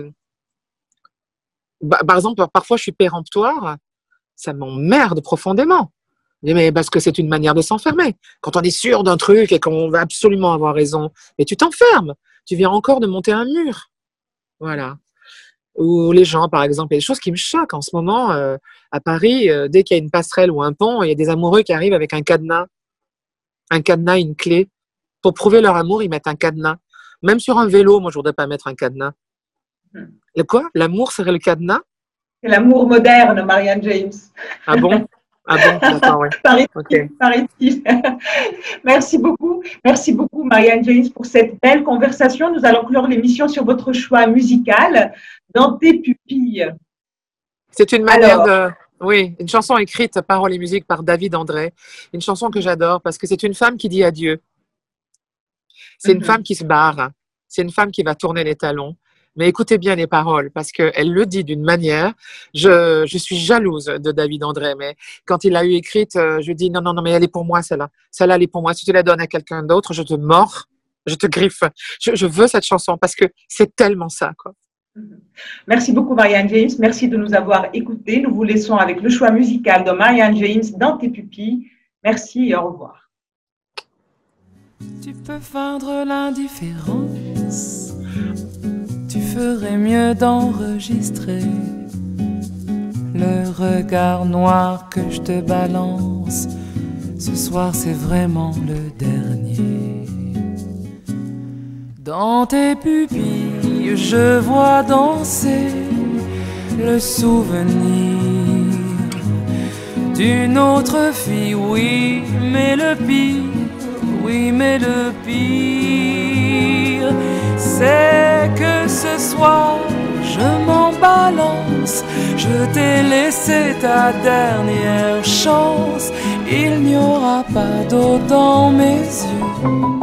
par exemple, parfois je suis péremptoire, ça m'emmerde profondément. Mais parce que c'est une manière de s'enfermer. Quand on est sûr d'un truc et qu'on va absolument avoir raison, mais tu t'enfermes. Tu viens encore de monter un mur. Voilà. Ou les gens, par exemple, il y a des choses qui me choquent en ce moment. À Paris, dès qu'il y a une passerelle ou un pont, il y a des amoureux qui arrivent avec un cadenas, une clé. Pour prouver leur amour, ils mettent un cadenas. Même sur un vélo, moi, je voudrais pas mettre un cadenas. Le quoi? L'amour serait le cadenas? C'est l'amour moderne, Marianne James. Ah bon? Ah bon? D'accord, oui. Paraît-il. Merci beaucoup, Marianne James, pour cette belle conversation. Nous allons clore l'émission sur votre choix musical, Dans tes pupilles. C'est une manière Oui, une chanson écrite, paroles et musique par David André. Une chanson que j'adore parce que c'est une femme qui dit adieu. C'est une femme qui se barre. C'est une femme qui va tourner les talons. Mais écoutez bien les paroles, parce qu'elle le dit d'une manière. Je suis jalouse de David André, mais quand il l'a eu écrite, je dis non, mais elle est pour moi, celle-là. Celle-là, elle est pour moi. Si tu la donnes à quelqu'un d'autre, je te mords, je te griffe. Je veux cette chanson parce que c'est tellement ça, quoi. Merci beaucoup, Marianne James. Merci de nous avoir écoutés. Nous vous laissons avec le choix musical de Marianne James, Dans tes pupilles. Merci et au revoir. Tu peux feindre l'indifférence. Tu ferais mieux d'enregistrer le regard noir que je te balance. Ce soir, c'est vraiment le dernier. Dans tes pupilles, je vois danser le souvenir d'une autre fille. Oui, mais le pire, c'est que ce soir, je m'en balance. Je t'ai laissé ta dernière chance. Il n'y aura pas d'eau dans mes yeux.